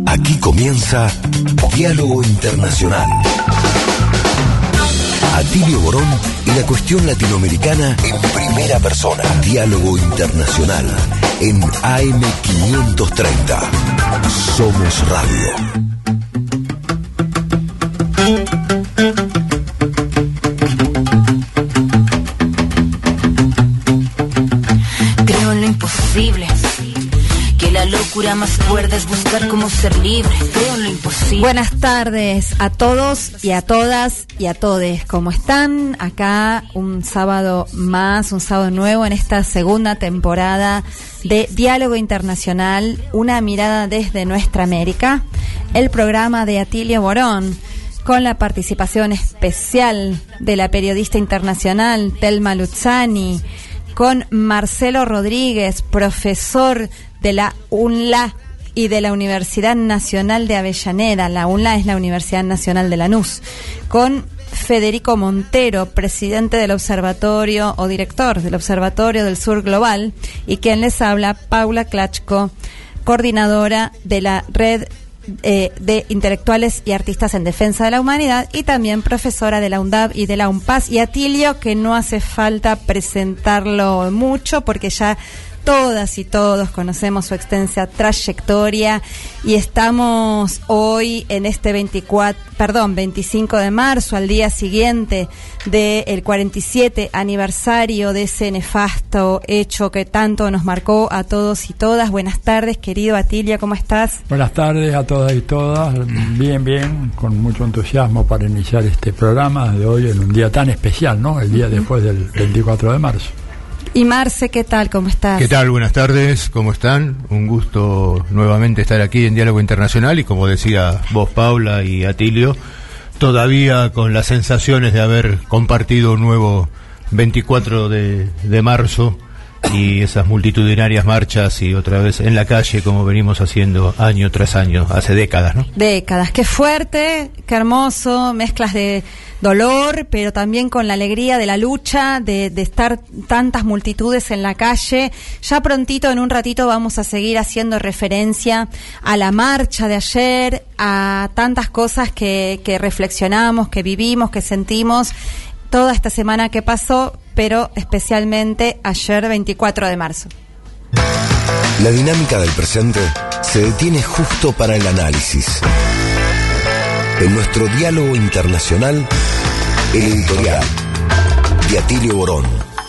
Aquí comienza Diálogo Internacional. Atilio Borón y la cuestión latinoamericana en primera persona. Diálogo Internacional en AM530. Somos Radio. Creo en lo imposible, que la locura más cuerda es buscar cómo ser libre. Creo en lo imposible. Buenas tardes a todos y a todas y a todes. ¿Cómo están? Acá un sábado más, un sábado nuevo en esta segunda temporada de Diálogo Internacional, una mirada desde nuestra América, el programa de Atilio Borón, con la participación especial de la periodista internacional Thelma Luzzani, con Marcelo Rodríguez, profesor de la UNLA y de la Universidad Nacional de Avellaneda. La UNLA es la Universidad Nacional de Lanús. Con Federico Montero, presidente del Observatorio o director del Observatorio del Sur Global, y quien les habla, Paula Klachko, coordinadora de la Red de Intelectuales y Artistas en Defensa de la Humanidad y también profesora de la UNDAB y de la UNPAS. Y Atilio, que no hace falta presentarlo mucho porque ya todas y todos conocemos su extensa trayectoria, y estamos hoy en este 25 de marzo, al día siguiente del 47 aniversario de ese nefasto hecho que tanto nos marcó a todos y todas. Buenas tardes, querido Atilio, ¿cómo estás? Buenas tardes a todas y todas, bien, con mucho entusiasmo para iniciar este programa de hoy en un día tan especial, ¿no? El día después del 24 de marzo. Y Marce, ¿qué tal? ¿Cómo estás? ¿Qué tal? Buenas tardes, ¿cómo están? Un gusto nuevamente estar aquí en Diálogo Internacional y, como decía vos, Paula y Atilio, todavía con las sensaciones de haber compartido un nuevo 24 de marzo y esas multitudinarias marchas y otra vez en la calle como venimos haciendo año tras año, hace décadas, ¿no? Décadas, qué fuerte, qué hermoso, mezclas de dolor, pero también con la alegría de la lucha, de estar tantas multitudes en la calle. Ya prontito, en un ratito, vamos a seguir haciendo referencia a la marcha de ayer, a tantas cosas que reflexionamos, que vivimos, que sentimos toda esta semana que pasó, pero especialmente ayer 24 de marzo. La dinámica del presente se detiene justo para el análisis. En nuestro Diálogo Internacional, el editorial de Atilio Borón.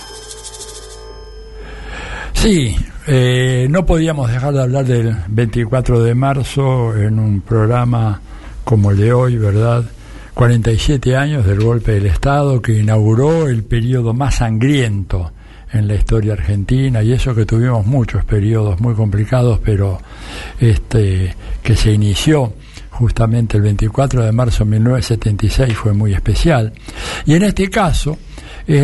Sí, no podíamos dejar de hablar del 24 de marzo en un programa como el de hoy, ¿verdad? 47 años del golpe del Estado que inauguró el periodo más sangriento en la historia argentina, y eso que tuvimos muchos periodos muy complicados, pero que se inició justamente el 24 de marzo de 1976 fue muy especial. Y en este caso es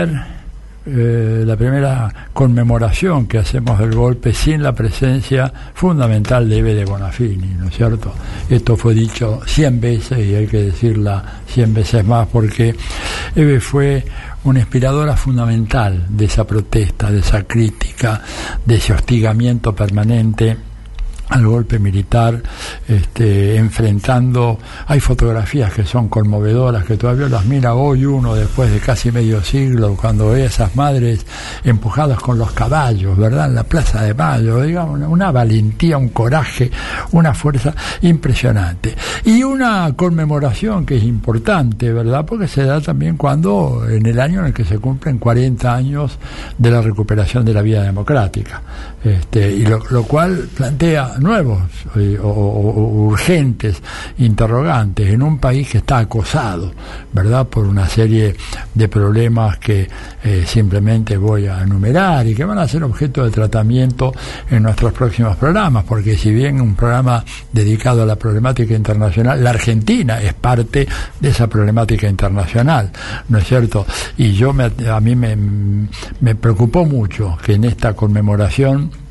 la primera conmemoración que hacemos del golpe sin la presencia fundamental de Eve de Bonafini, ¿no es cierto? Esto fue dicho 100 veces y hay que decirla 100 veces más, porque Eve fue una inspiradora fundamental de esa protesta, de esa crítica, de ese hostigamiento permanente al golpe militar, enfrentando. Hay fotografías que son conmovedoras, que todavía las mira hoy uno después de casi medio siglo, cuando ve a esas madres empujadas con los caballos, ¿verdad?, en la Plaza de Mayo, digamos, una valentía, un coraje, una fuerza impresionante. Y una conmemoración que es importante, ¿verdad?, porque se da también en el año en el que se cumplen 40 años de la recuperación de la vida democrática, y lo cual plantea nuevos o urgentes interrogantes en un país que está acosado, ¿verdad?, por una serie de problemas que simplemente voy a enumerar y que van a ser objeto de tratamiento en nuestros próximos programas, porque si bien un programa dedicado a la problemática internacional, la Argentina es parte de esa problemática internacional, ¿no es cierto? Y a mí me preocupó mucho que en esta conmemoración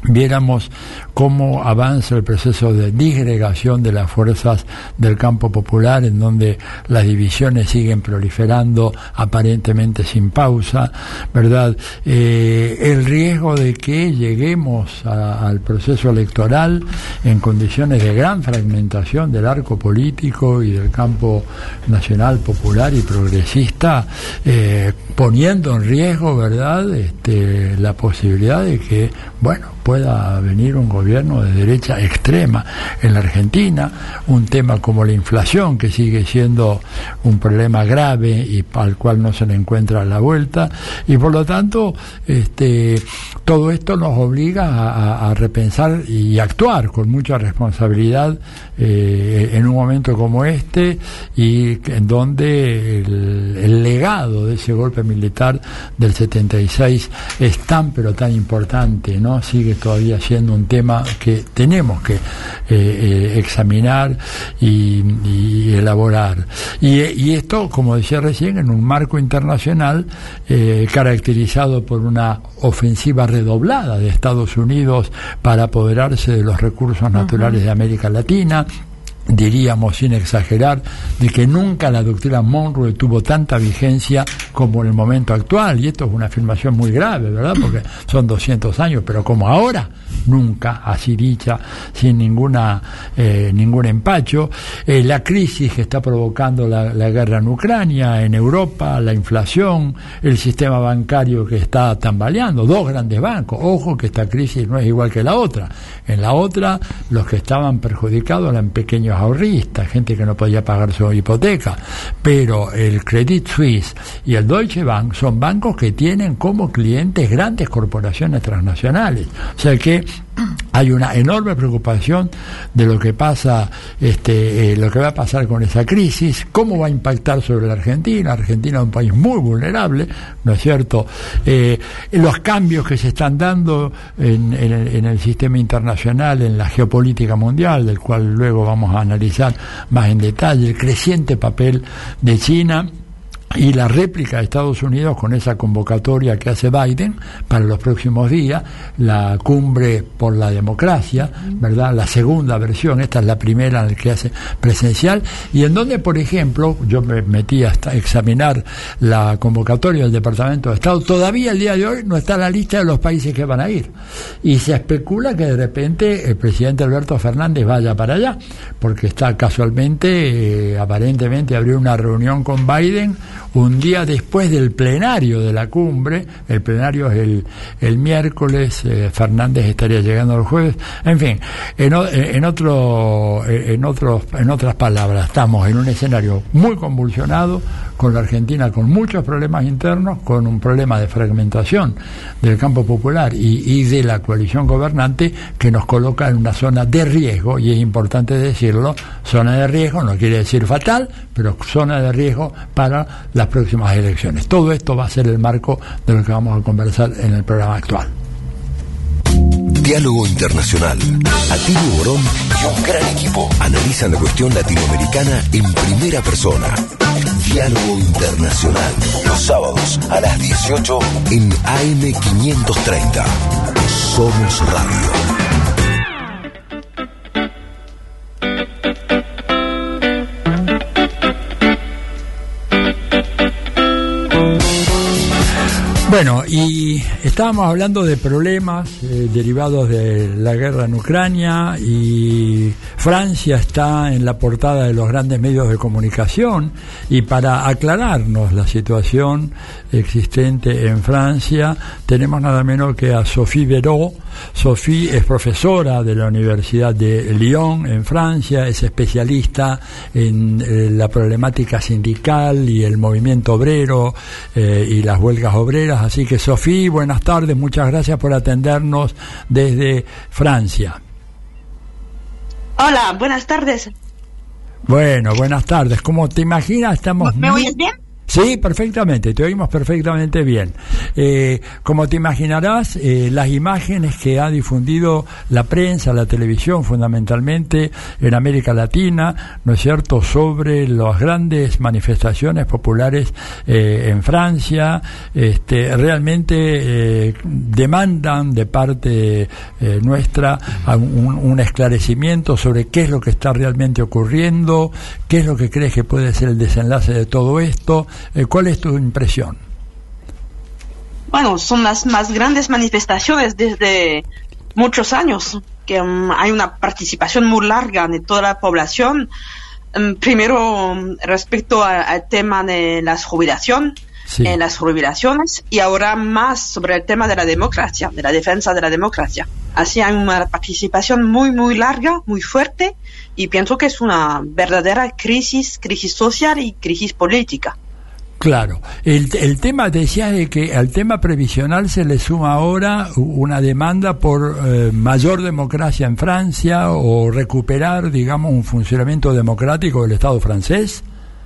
viéramos cómo avanza el proceso de disgregación de las fuerzas del campo popular, en donde las divisiones siguen proliferando aparentemente sin pausa, ¿verdad? El riesgo de que lleguemos al proceso electoral en condiciones de gran fragmentación del arco político y del campo nacional, popular y progresista, poniendo en riesgo, ¿verdad?, la posibilidad de que, bueno, pueda venir un gobierno de derecha extrema en la Argentina, un tema como la inflación, que sigue siendo un problema grave y al cual no se le encuentra la vuelta, y por lo tanto todo esto nos obliga a repensar y actuar con mucha responsabilidad en un momento como este, y en donde el legado de ese golpe militar del 76 es tan pero tan importante, ¿no? Sigue todavía siendo un tema que tenemos que examinar y elaborar. Y esto, como decía recién, en un marco internacional caracterizado por una ofensiva redoblada de Estados Unidos para apoderarse de los recursos naturales de América Latina. Diríamos, sin exagerar, de que nunca la doctrina Monroe tuvo tanta vigencia como en el momento actual, y esto es una afirmación muy grave, ¿verdad?, porque son 200 años, pero como ahora, nunca, así dicha, sin ningún empacho. La crisis que está provocando la guerra en Ucrania, en Europa, la inflación, el sistema bancario que está tambaleando, dos grandes bancos. Ojo que esta crisis no es igual que la otra. En la otra, los que estaban perjudicados eran pequeños ahorristas, gente que no podía pagar su hipoteca, pero el Credit Suisse y el Deutsche Bank son bancos que tienen como clientes grandes corporaciones transnacionales, o sea que hay una enorme preocupación de lo que pasa, lo que va a pasar con esa crisis, cómo va a impactar sobre la Argentina. Argentina es un país muy vulnerable, ¿no es cierto? Los cambios que se están dando en el sistema internacional, en la geopolítica mundial, del cual luego vamos a analizar más en detalle, el creciente papel de China y la réplica de Estados Unidos con esa convocatoria que hace Biden para los próximos días, la cumbre por la democracia, ¿verdad?, la segunda versión, esta es la primera en la que hace presencial, y en donde, por ejemplo, yo me metí a examinar la convocatoria del Departamento de Estado, todavía el día de hoy no está en la lista de los países que van a ir, y se especula que de repente el presidente Alberto Fernández vaya para allá, porque está casualmente, aparentemente abrió una reunión con Biden un día después del plenario de la cumbre. El plenario es el miércoles, Fernández estaría llegando el jueves. En fin, en otras palabras, estamos en un escenario muy convulsionado, con la Argentina con muchos problemas internos, con un problema de fragmentación del campo popular y de la coalición gobernante, que nos coloca en una zona de riesgo, y es importante decirlo. Zona de riesgo no quiere decir fatal, pero zona de riesgo para las próximas elecciones. Todo esto va a ser el marco de lo que vamos a conversar en el programa actual. Diálogo Internacional. Atilio Borón y un gran equipo analizan la cuestión latinoamericana en primera persona. Diálogo Internacional. Los sábados a las 18 en AM530. Somos Radio. Bueno, y estábamos hablando de problemas derivados de la guerra en Ucrania, y Francia está en la portada de los grandes medios de comunicación, y para aclararnos la situación existente en Francia tenemos nada menos que a Sophie Béraud. Sophie es profesora de la Universidad de Lyon en Francia, es especialista en la problemática sindical y el movimiento obrero y las huelgas obreras. Así que, Sophie, buenas tardes, muchas gracias por atendernos desde Francia. Hola, buenas tardes. Bueno, buenas tardes. Como te imaginas, estamos... ¿Me oyes bien? Sí, perfectamente, te oímos perfectamente bien. Como te imaginarás, las imágenes que ha difundido la prensa, la televisión fundamentalmente en América Latina, ¿no es cierto?, sobre las grandes manifestaciones populares en Francia, realmente demandan de parte nuestra un esclarecimiento sobre qué es lo que está realmente ocurriendo, qué es lo que crees que puede ser el desenlace de todo esto. ¿Cuál es tu impresión? Bueno, son las más grandes manifestaciones desde muchos años, que hay una participación muy larga de toda la población. Primero, respecto al tema de las jubilaciones, y ahora más sobre el tema de la democracia, de la defensa de la democracia. Así hay una participación muy, muy larga, muy fuerte, y pienso que es una verdadera crisis social y crisis política. Claro, el tema, decías de que al tema previsional se le suma ahora una demanda por mayor democracia en Francia o recuperar, digamos, un funcionamiento democrático del Estado francés.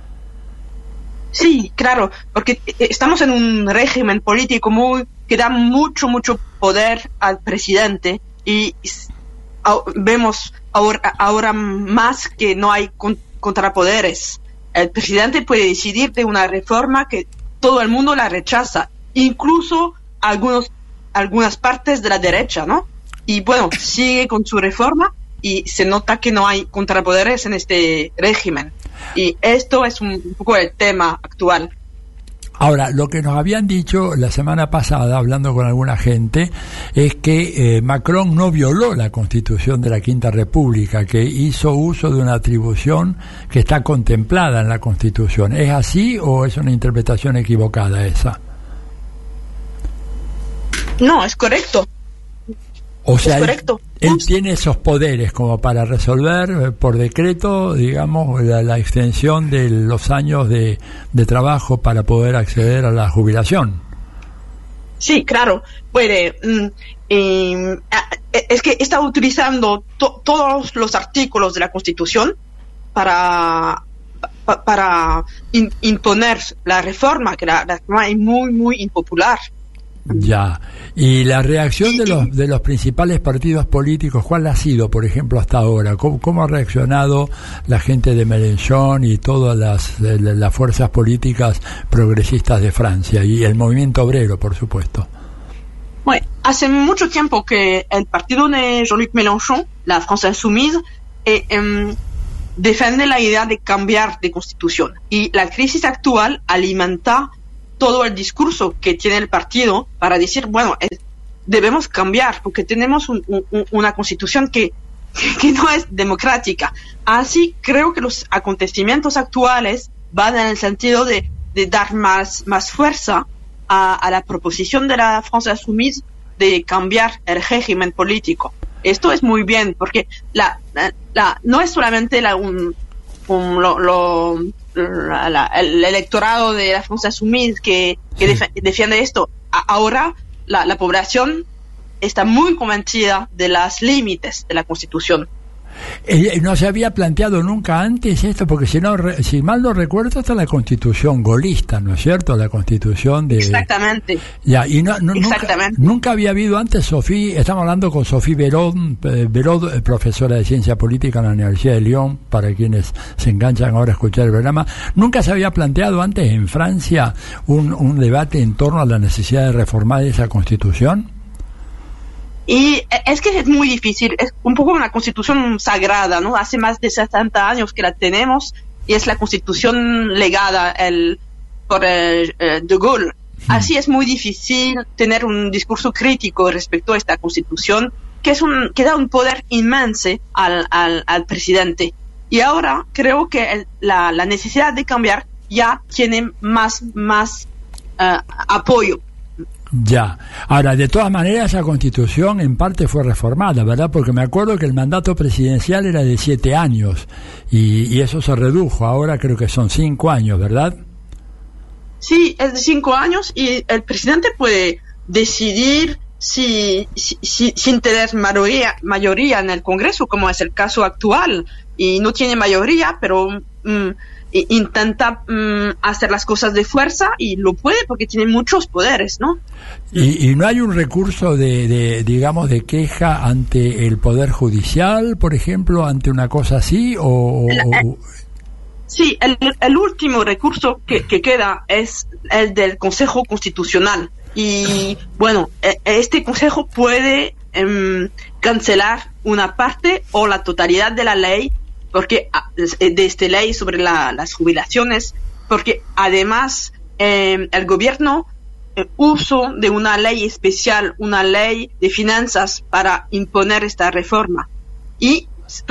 Sí, claro, porque estamos en un régimen político que da mucho poder al presidente y vemos ahora más que no hay contrapoderes. El presidente puede decidir de una reforma que todo el mundo la rechaza, incluso algunas partes de la derecha, ¿no? Y bueno, sigue con su reforma y se nota que no hay contrapoderes en este régimen. Y esto es un poco el tema actual. Ahora, lo que nos habían dicho la semana pasada, hablando con alguna gente, es que Macron no violó la Constitución de la Quinta República, que hizo uso de una atribución que está contemplada en la Constitución. ¿Es así o es una interpretación equivocada esa? No, es correcto. O sea, él tiene esos poderes como para resolver por decreto, digamos, la extensión de los años de trabajo para poder acceder a la jubilación. Sí, claro, puede. Es que está utilizando todos los artículos de la Constitución para imponer la reforma, que la reforma es muy impopular. Ya. ¿Y la reacción de los principales partidos políticos, cuál ha sido, por ejemplo, hasta ahora? ¿Cómo ha reaccionado la gente de Mélenchon y todas las fuerzas políticas progresistas de Francia y el movimiento obrero, por supuesto? Bueno, hace mucho tiempo que el partido de Jean-Luc Mélenchon, la France Insoumise, defiende la idea de cambiar de constitución. Y la crisis actual alimenta todo el discurso que tiene el partido para decir, bueno, debemos cambiar porque tenemos una constitución que no es democrática. Así creo que los acontecimientos actuales van en el sentido de dar más fuerza a la proposición de la France Insoumise de cambiar el régimen político. Esto es muy bien porque no es solamente el electorado de la France Insoumise que defiende esto. Ahora la población está muy convencida de los límites de la Constitución. No se había planteado nunca antes esto, porque si mal no recuerdo, está la Constitución gaullista, ¿no es cierto? La Constitución de... Exactamente. Ya, y Exactamente. Nunca había habido antes, estamos hablando con Sophie Béraud, profesora de Ciencia Política en la Universidad de Lyon, para quienes se enganchan ahora a escuchar el programa. ¿Nunca se había planteado antes en Francia un debate en torno a la necesidad de reformar esa Constitución? Y es que es muy difícil, es un poco una constitución sagrada, ¿no? Hace más de 60 años que la tenemos y es la constitución legada por De Gaulle. Así es muy difícil tener un discurso crítico respecto a esta constitución que da un poder inmenso al presidente. Y ahora creo que la necesidad de cambiar ya tiene más apoyo. Ya. Ahora, de todas maneras, esa Constitución en parte fue reformada, ¿verdad? Porque me acuerdo que el mandato presidencial era de 7 años y eso se redujo. Ahora creo que son 5 años, ¿verdad? Sí, es de 5 años y el presidente puede decidir sin tener mayoría en el Congreso, como es el caso actual. Y no tiene mayoría, pero intenta hacer las cosas de fuerza, y lo puede porque tiene muchos poderes, ¿no? ¿Y no hay un recurso digamos, de queja ante el Poder Judicial, por ejemplo, ante una cosa así? Sí, el último recurso que queda es el del Consejo Constitucional. Y bueno, este Consejo puede cancelar una parte o la totalidad de la ley, porque de esta ley sobre las jubilaciones, porque además el gobierno usó de una ley especial, una ley de finanzas, para imponer esta reforma. Y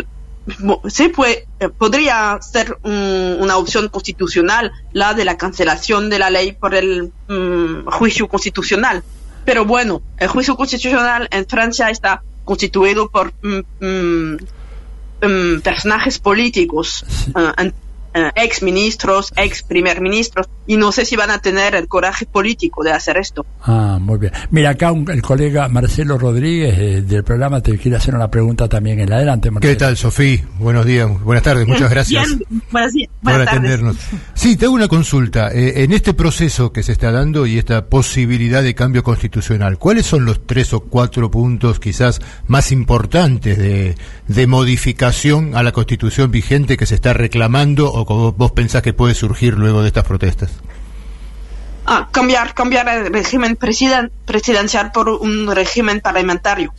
podría ser una opción constitucional, la de la cancelación de la ley por el juicio constitucional. Pero bueno, el juicio constitucional en Francia está constituido por personajes políticos, ex ministros, ex primer ministros, y no sé si van a tener el coraje político de hacer esto. Muy bien. Mira, acá el colega Marcelo Rodríguez del programa te quiere hacer una pregunta también. En adelante, Marcelo. ¿Qué tal, Sofía? Buenos días, buenas tardes, muchas gracias. Bien, buenas por tardes. atendernos. Sí, te hago una consulta. En este proceso que se está dando y esta posibilidad de cambio constitucional, ¿cuáles son los 3 o 4 puntos quizás más importantes de modificación a la Constitución vigente que se está reclamando, o como vos pensás que puede surgir luego de estas protestas? Cambiar el régimen presidencial por un régimen parlamentario.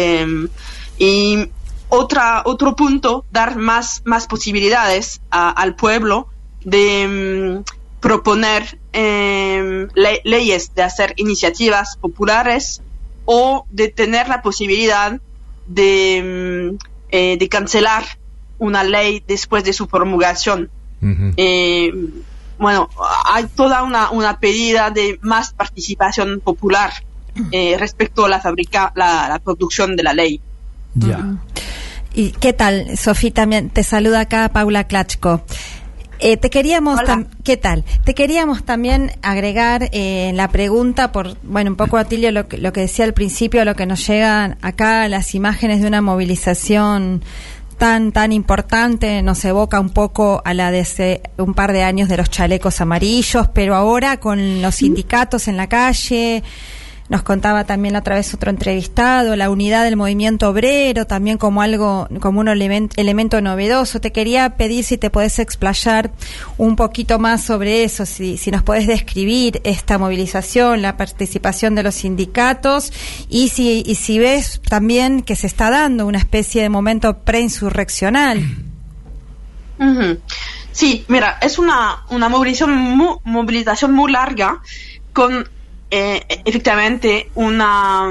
Y otro punto, dar más posibilidades al pueblo de proponer leyes, de hacer iniciativas populares, o de tener la posibilidad de cancelar una ley después de su promulgación. Uh-huh. Bueno, hay toda una pedida de más participación popular respecto a la producción de la ley. Ya. ¿Y qué tal, Sofía? También te saluda acá Paula Klachko. Te queríamos ¿qué tal? Te queríamos también agregar la pregunta un poco, Atilio, lo que decía al principio, lo que nos llegan acá, las imágenes de una movilización tan importante, nos evoca un poco a la de hace un par de años de los chalecos amarillos, pero ahora con los sindicatos en la calle. Nos contaba también otra vez otro entrevistado, la unidad del movimiento obrero, también como un elemento novedoso. Te quería pedir si te podés explayar un poquito más sobre eso, si nos podés describir esta movilización, la participación de los sindicatos, y si ves también que se está dando una especie de momento preinsurreccional. Uh-huh. Sí, mira, es una movilización muy larga, con efectivamente una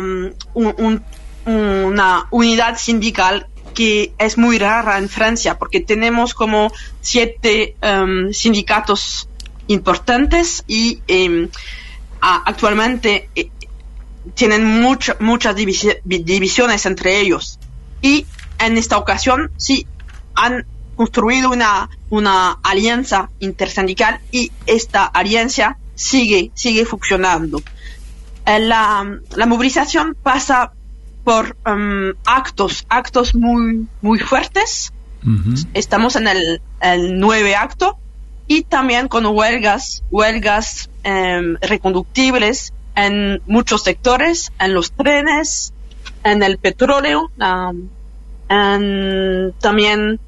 unidad sindical que es muy rara en Francia, porque tenemos como 7 sindicatos importantes, y actualmente tienen muchas divisiones entre ellos, y en esta ocasión sí han construido una alianza intersindical, y esta alianza sigue funcionando. La movilización pasa por actos muy fuertes. Uh-huh. Estamos en el 9 acto, y también con huelgas reconductibles en muchos sectores, en los trenes, en el petróleo, también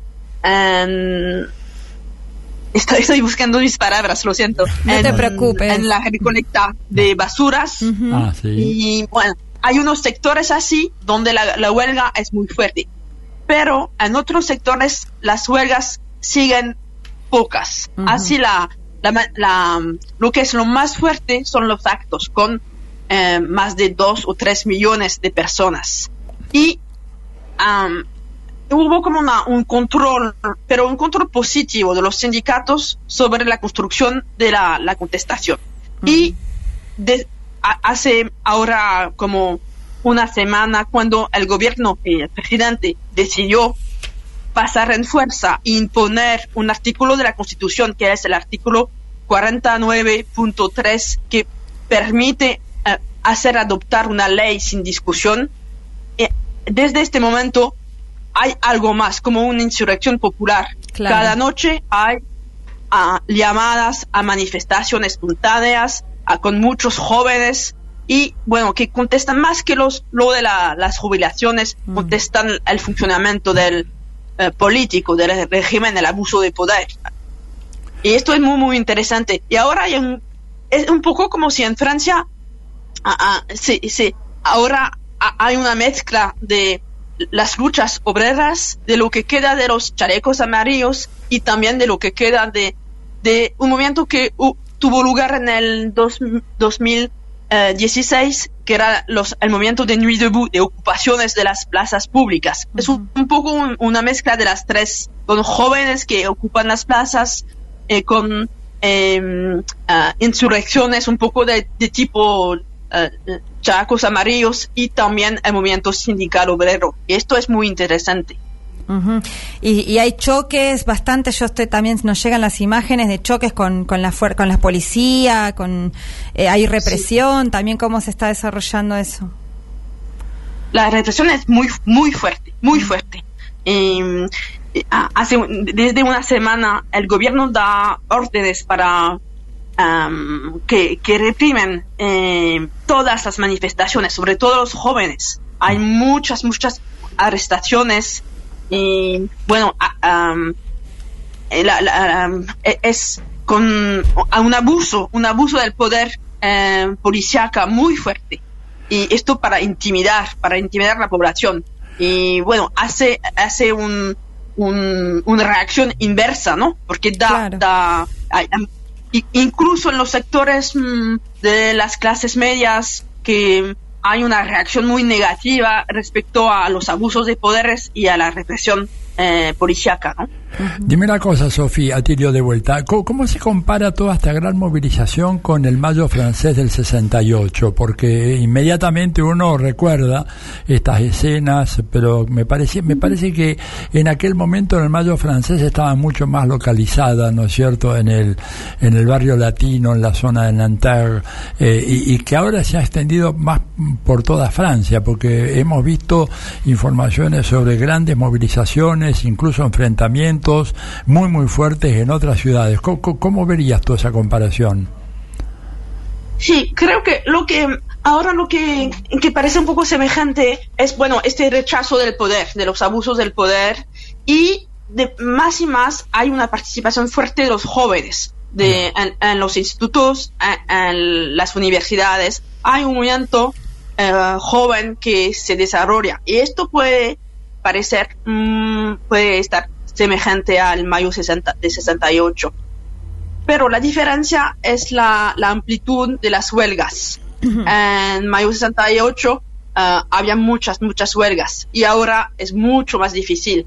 Estoy buscando mis palabras, lo siento. No te preocupes. En la recolecta de basuras. Uh-huh. Sí. Y bueno, hay unos sectores así donde la huelga es muy fuerte. Pero en otros sectores las huelgas siguen pocas. Uh-huh. Así lo que es lo más fuerte son los actos, con más de 2 o 3 millones de personas. Y hubo como un control, pero un control positivo de los sindicatos sobre la construcción de la contestación. Uh-huh. Y hace ahora como una semana, cuando el gobierno, el presidente, decidió pasar en fuerza e imponer un artículo de la Constitución, que es el artículo 49.3, que permite hacer adoptar una ley sin discusión, desde este momento hay algo más, como una insurrección popular. Claro. Cada noche hay llamadas a manifestaciones espontáneas con muchos jóvenes y bueno, que contestan más que lo de las jubilaciones, contestan el funcionamiento del político, del régimen, el abuso de poder. Y esto es muy, muy interesante. Y ahora es un poco como si en Francia ahora hay una mezcla de las luchas obreras, de lo que queda de los chalecos amarillos y también de lo que queda de un movimiento que tuvo lugar en el 2016, que era el movimiento de Nuit Debout, de ocupaciones de las plazas públicas. Es un poco una mezcla de las tres, con jóvenes que ocupan las plazas, con insurrecciones un poco de tipo chalecos amarillos y también el movimiento sindical obrero. Y esto es muy interesante. Uh-huh. Y hay choques bastante, también nos llegan las imágenes de choques con la policía, hay represión, sí. También cómo se está desarrollando eso. La represión es muy, muy fuerte, muy fuerte. Desde una semana el gobierno da órdenes para que reprimen todas las manifestaciones, sobre todo los jóvenes. Hay muchas arrestaciones y bueno, es con un abuso del poder policíaco muy fuerte, y esto para intimidar la población, y bueno, hace una reacción inversa, ¿no? Porque incluso en los sectores de las clases medias, que hay una reacción muy negativa respecto a los abusos de poderes y a la represión policíaca, ¿no? Dime una cosa, Sofía, Atilio de vuelta. ¿Cómo se compara toda esta gran movilización con el Mayo francés del 68? Porque inmediatamente uno recuerda estas escenas, pero me parece que en aquel momento en el Mayo francés estaba mucho más localizada, ¿no es cierto?, en el barrio latino, en la zona de Nanterre, y que ahora se ha extendido más por toda Francia, porque hemos visto informaciones sobre grandes movilizaciones, incluso enfrentamientos muy muy fuertes en otras ciudades. ¿Cómo verías tú esa comparación? Sí, creo que lo que parece un poco semejante es, bueno, este rechazo del poder, de los abusos del poder, y más y más hay una participación fuerte de los jóvenes en los institutos, en las universidades. Hay un movimiento joven que se desarrolla, y esto puede estar semejante al Mayo de 68. Pero la diferencia es la amplitud de las huelgas. Uh-huh. En Mayo 68 había muchas huelgas, y ahora es mucho más difícil.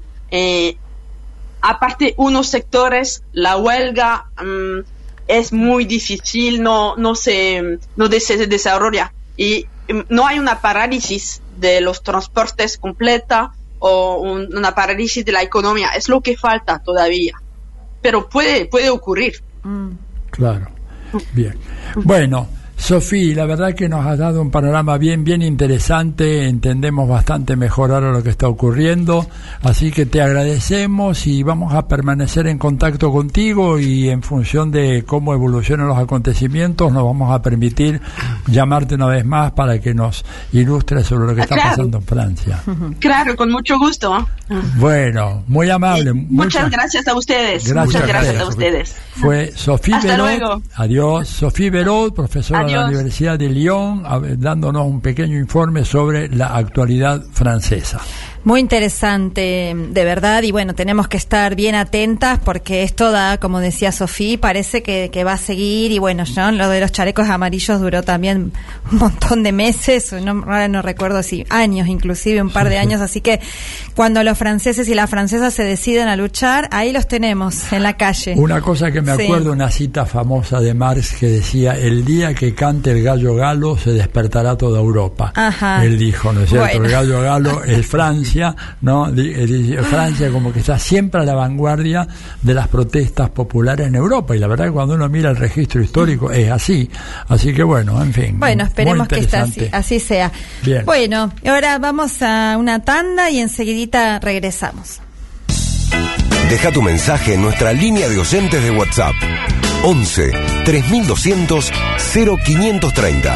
Aparte, unos sectores, la huelga es muy difícil, no se desarrolla, y no hay una parálisis de los transportes completa, o una parálisis de la economía. Es lo que falta todavía, pero puede ocurrir. Claro. Bien. Bueno, Sofía, la verdad que nos has dado un panorama bien interesante, entendemos bastante mejor ahora lo que está ocurriendo, así que te agradecemos y vamos a permanecer en contacto contigo, y en función de cómo evolucionan los acontecimientos nos vamos a permitir llamarte una vez más para que nos ilustres sobre lo que está pasando en Francia. Claro, con mucho gusto. Bueno, muy amable. Muchas gracias a ustedes. Muchas gracias a ustedes. Fue Sofía Hasta Verot. Luego. Adiós. Sofía Verot, profesora de la Universidad de Lyon, dándonos un pequeño informe sobre la actualidad francesa. Muy interesante, de verdad, y bueno, tenemos que estar bien atentas porque esto da, como decía Sofía, parece que va a seguir, y bueno, ¿no? Lo de los chalecos amarillos duró también un montón de meses, ahora no recuerdo si años, inclusive un par de años, así que cuando los franceses y las francesas se deciden a luchar, ahí los tenemos en la calle. Una cosa que me acuerdo, una cita famosa de Marx que decía: el día que cante el gallo galo se despertará toda Europa. Ajá. Él dijo, ¿no es cierto? Bueno. El gallo galo es Francia, ¿no? Francia como que está siempre a la vanguardia de las protestas populares en Europa, y la verdad que cuando uno mira el registro histórico es así que bueno, en fin. Bueno, esperemos que así sea. Bien. Bueno, ahora vamos a una tanda y enseguidita regresamos. Deja tu mensaje en nuestra línea de oyentes de WhatsApp 11 3200 0530.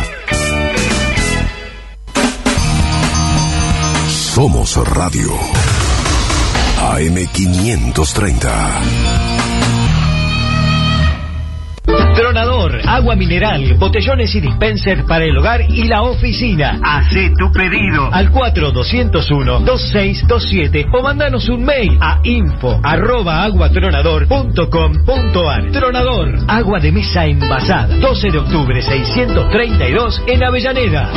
Somos Radio AM530. Tronador, agua mineral, botellones y dispensers para el hogar y la oficina. Hacé tu pedido al 4201-2627 o mandanos un mail a info@aguatronador.com.ar. Tronador, agua de mesa envasada. 12 de octubre 632 en Avellaneda.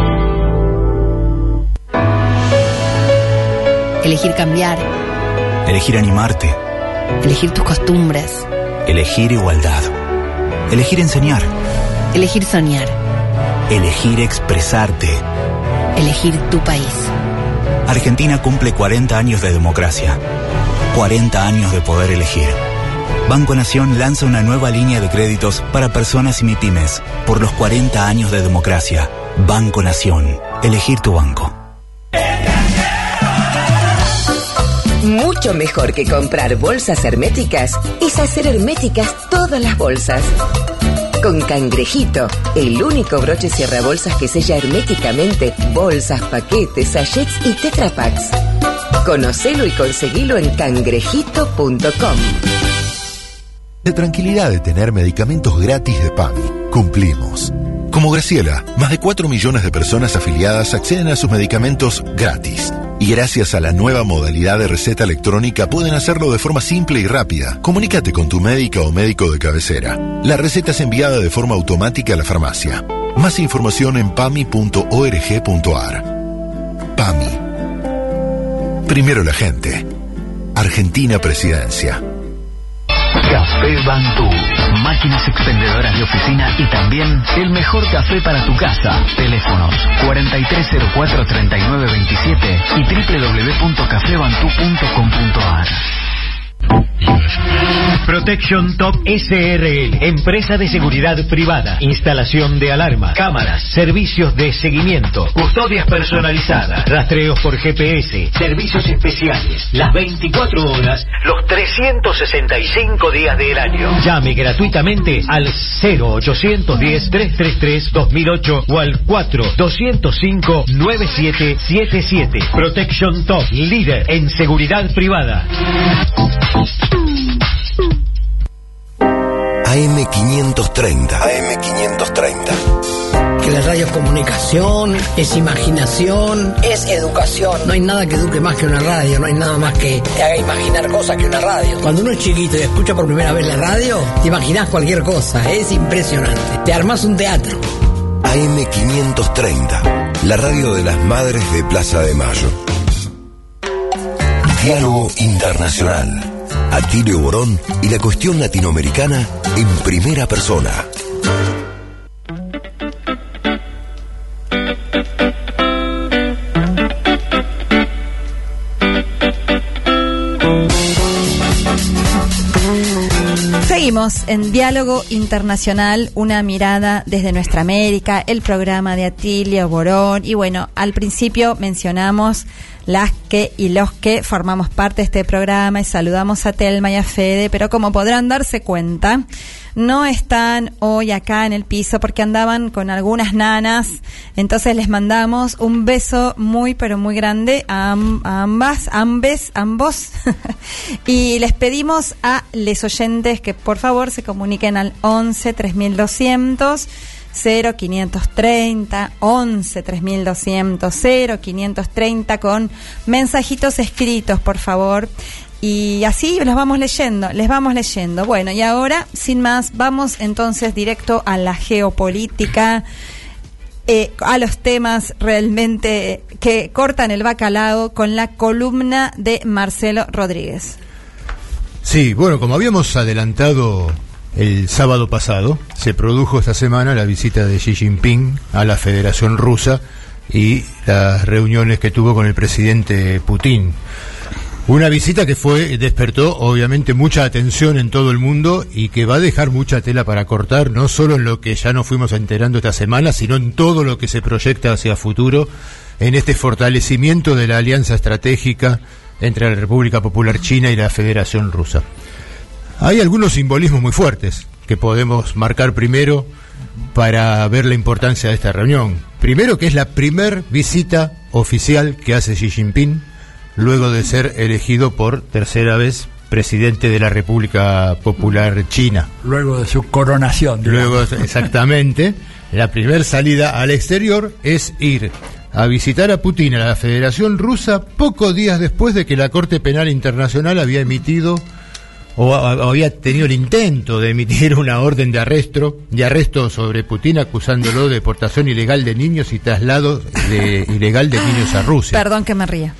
Elegir cambiar. Elegir animarte. Elegir tus costumbres. Elegir igualdad. Elegir enseñar. Elegir soñar. Elegir expresarte. Elegir tu país. Argentina cumple 40 años de democracia. 40 años de poder elegir. Banco Nación lanza una nueva línea de créditos para personas y MIPYMES por los 40 años de democracia. Banco Nación. Elegir tu banco. Mucho mejor que comprar bolsas herméticas es hacer herméticas todas las bolsas. Con Cangrejito, el único broche cierrabolsas que sella herméticamente bolsas, paquetes, sachets y tetrapacks. Conocelo y conseguilo en cangrejito.com. La tranquilidad de tener medicamentos gratis de PAMI. Cumplimos. Como Graciela, más de 4 millones de personas afiliadas acceden a sus medicamentos gratis. Y gracias a la nueva modalidad de receta electrónica pueden hacerlo de forma simple y rápida. Comunícate con tu médica o médico de cabecera. La receta es enviada de forma automática a la farmacia. Más información en pami.org.ar. PAMI. Primero la gente. Argentina Presidencia. Café Bantú. Máquinas expendedoras de oficina y también el mejor café para tu casa. Teléfonos 4304-3927 y www.cafebantú.com.ar. Protection Top SRL, empresa de seguridad privada, instalación de alarma, cámaras, servicios de seguimiento, custodias personalizadas, rastreos por GPS, servicios especiales, las 24 horas, los 365 días del año. Llame gratuitamente al 0810-333-2008 o al 4-205-9777. Protection Top, líder en seguridad privada. AM530. Que la radio es comunicación, es imaginación, es educación. No hay nada que eduque más que una radio, no hay nada más que te haga imaginar cosas que una radio. Cuando uno es chiquito y escucha por primera vez la radio, te imaginas cualquier cosa, es impresionante. Te armás un teatro. AM530, la radio de las madres de Plaza de Mayo. Diálogo Internacional. Atilio Borón y la cuestión latinoamericana en primera persona. Seguimos en Diálogo Internacional, una mirada desde nuestra América, el programa de Atilio Borón. Y bueno, al principio mencionamos las que y los que formamos parte de este programa y saludamos a Telma y a Fede, pero como podrán darse cuenta, no están hoy acá en el piso porque andaban con algunas nanas. Entonces les mandamos un beso muy pero muy grande a ambos y les pedimos a les oyentes que por favor se comuniquen al 11 3200 0530 11 3200 0530 con mensajitos escritos, por favor. Y así les vamos leyendo. Bueno, y ahora, sin más, vamos entonces directo a la geopolítica, a los temas realmente que cortan el bacalao con la columna de Marcelo Rodríguez. Sí, bueno, como habíamos adelantado el sábado pasado, se produjo esta semana la visita de Xi Jinping a la Federación Rusa y las reuniones que tuvo con el presidente Putin. Una visita que despertó obviamente mucha atención en todo el mundo y que va a dejar mucha tela para cortar, no solo en lo que ya nos fuimos enterando esta semana, sino en todo lo que se proyecta hacia futuro, en este fortalecimiento de la alianza estratégica entre la República Popular China y la Federación Rusa. Hay algunos simbolismos muy fuertes que podemos marcar primero para ver la importancia de esta reunión. Primero, que es la primer visita oficial que hace Xi Jinping luego de ser elegido por tercera vez presidente de la República Popular China. Luego de su coronación. Luego, exactamente, la primera salida al exterior es ir a visitar a Putin a la Federación Rusa pocos días después de que la Corte Penal Internacional había emitido o había tenido el intento de emitir una orden de arresto sobre Putin, acusándolo de deportación ilegal de niños y traslado ilegal de niños a Rusia. Perdón que me ría.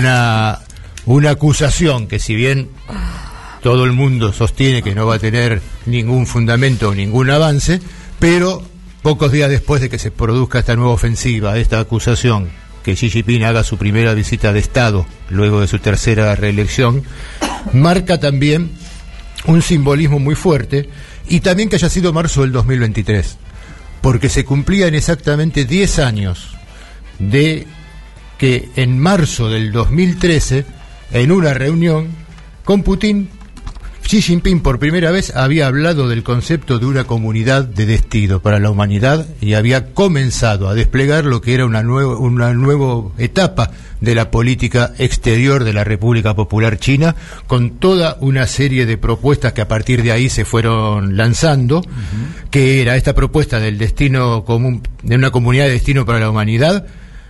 Una acusación que, si bien todo el mundo sostiene que no va a tener ningún fundamento o ningún avance, pero pocos días después de que se produzca esta nueva ofensiva, esta acusación, que Xi Jinping haga su primera visita de Estado luego de su tercera reelección, marca también un simbolismo muy fuerte, y también que haya sido marzo del 2023, porque se cumplían exactamente 10 años de que en marzo del 2013, en una reunión con Putin, Xi Jinping por primera vez había hablado del concepto de una comunidad de destino para la humanidad y había comenzado a desplegar lo que era una nueva etapa de la política exterior de la República Popular China, con toda una serie de propuestas que a partir de ahí se fueron lanzando, que era esta propuesta del destino común, de una comunidad de destino para la humanidad,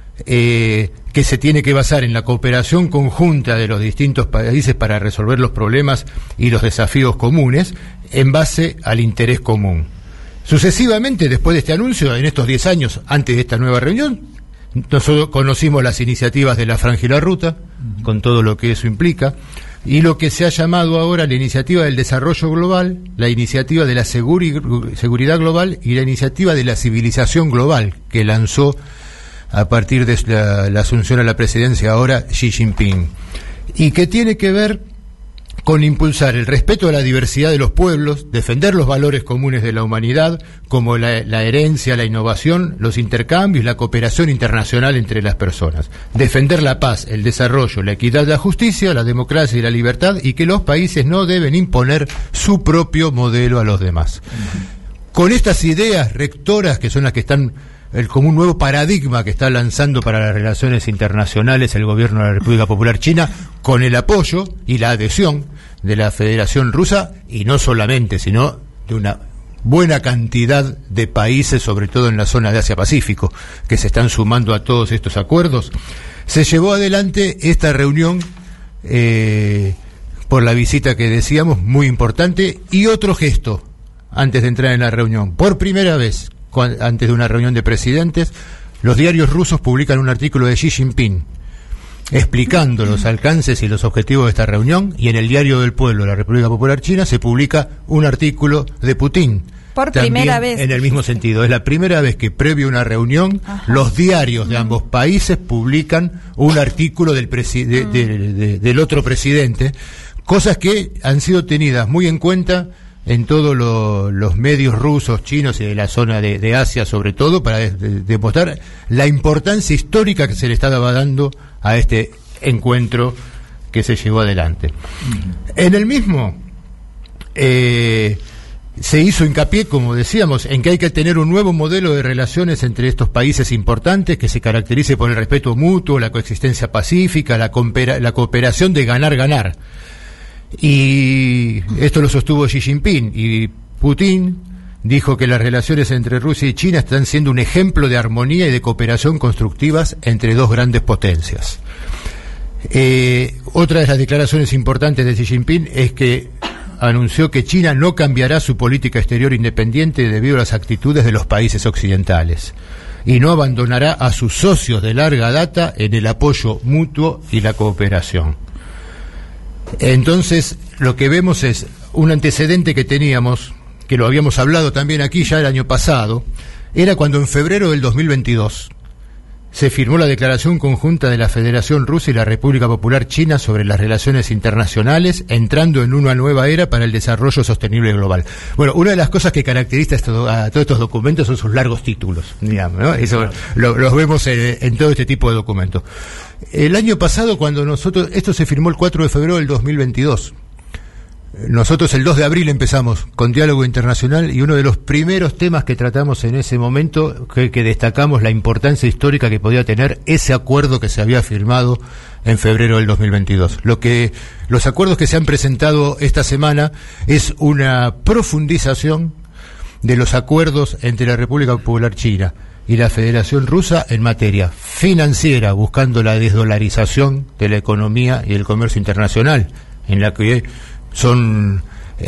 que se tiene que basar en la cooperación conjunta de los distintos países para resolver los problemas y los desafíos comunes en base al interés común. Sucesivamente, después de este anuncio, en estos 10 años, antes de esta nueva reunión, nosotros conocimos las iniciativas de la Franja y la Ruta, con todo lo que eso implica, y lo que se ha llamado ahora la Iniciativa del Desarrollo Global, la Iniciativa de la Seguridad Global y la Iniciativa de la Civilización Global, que lanzó a partir de la asunción a la presidencia ahora Xi Jinping, y que tiene que ver con impulsar el respeto a la diversidad de los pueblos, defender los valores comunes de la humanidad, como la herencia, la innovación, los intercambios, la cooperación internacional entre las personas, defender la paz, el desarrollo, la equidad, la justicia, la democracia y la libertad, y que los países no deben imponer su propio modelo a los demás. Con estas ideas rectoras, que son las que están como un nuevo paradigma que está lanzando para las relaciones internacionales el gobierno de la República Popular China, con el apoyo y la adhesión de la Federación Rusa, y no solamente, sino de una buena cantidad de países, sobre todo en la zona de Asia-Pacífico, que se están sumando a todos estos acuerdos. Se llevó adelante esta reunión por la visita que decíamos, muy importante, y otro gesto antes de entrar en la reunión. Por primera vez, antes de una reunión de presidentes, los diarios rusos publican un artículo de Xi Jinping explicando los alcances y los objetivos de esta reunión, y en el Diario del Pueblo de la República Popular China se publica un artículo de Putin. Por primera vez. En el mismo sentido, es la primera vez que previo a una reunión, los diarios de ambos países publican un artículo del otro presidente, cosas que han sido tenidas muy en cuenta en todos los medios rusos, chinos y de la zona de Asia, sobre todo, para demostrar la importancia histórica que se le estaba dando a este encuentro que se llevó adelante. En el mismo se hizo hincapié, como decíamos, en que hay que tener un nuevo modelo de relaciones entre estos países importantes que se caracterice por el respeto mutuo, la coexistencia pacífica, la cooperación de ganar-ganar. Y esto lo sostuvo Xi Jinping, y Putin dijo que las relaciones entre Rusia y China están siendo un ejemplo de armonía y de cooperación constructivas entre dos grandes potencias. Otra de las declaraciones importantes de Xi Jinping es que anunció que China no cambiará su política exterior independiente debido a las actitudes de los países occidentales, y no abandonará a sus socios de larga data en el apoyo mutuo y la cooperación. Entonces, lo que vemos es un antecedente que teníamos, que lo habíamos hablado también aquí ya el año pasado, era cuando en febrero del 2022 se firmó la declaración conjunta de la Federación Rusa y la República Popular China sobre las relaciones internacionales, entrando en una nueva era para el desarrollo sostenible global. Bueno, una de las cosas que caracteriza a todos estos documentos son sus largos títulos, digamos, ¿no? Eso los vemos en todo este tipo de documentos. El año pasado, esto se firmó el 4 de febrero del 2022. Nosotros el 2 de abril empezamos con Diálogo Internacional y uno de los primeros temas que tratamos en ese momento, que destacamos la importancia histórica que podía tener ese acuerdo que se había firmado en febrero del 2022. Los acuerdos que se han presentado esta semana es una profundización de los acuerdos entre la República Popular China y la Federación Rusa en materia financiera, buscando la desdolarización de la economía y el comercio internacional, en la que son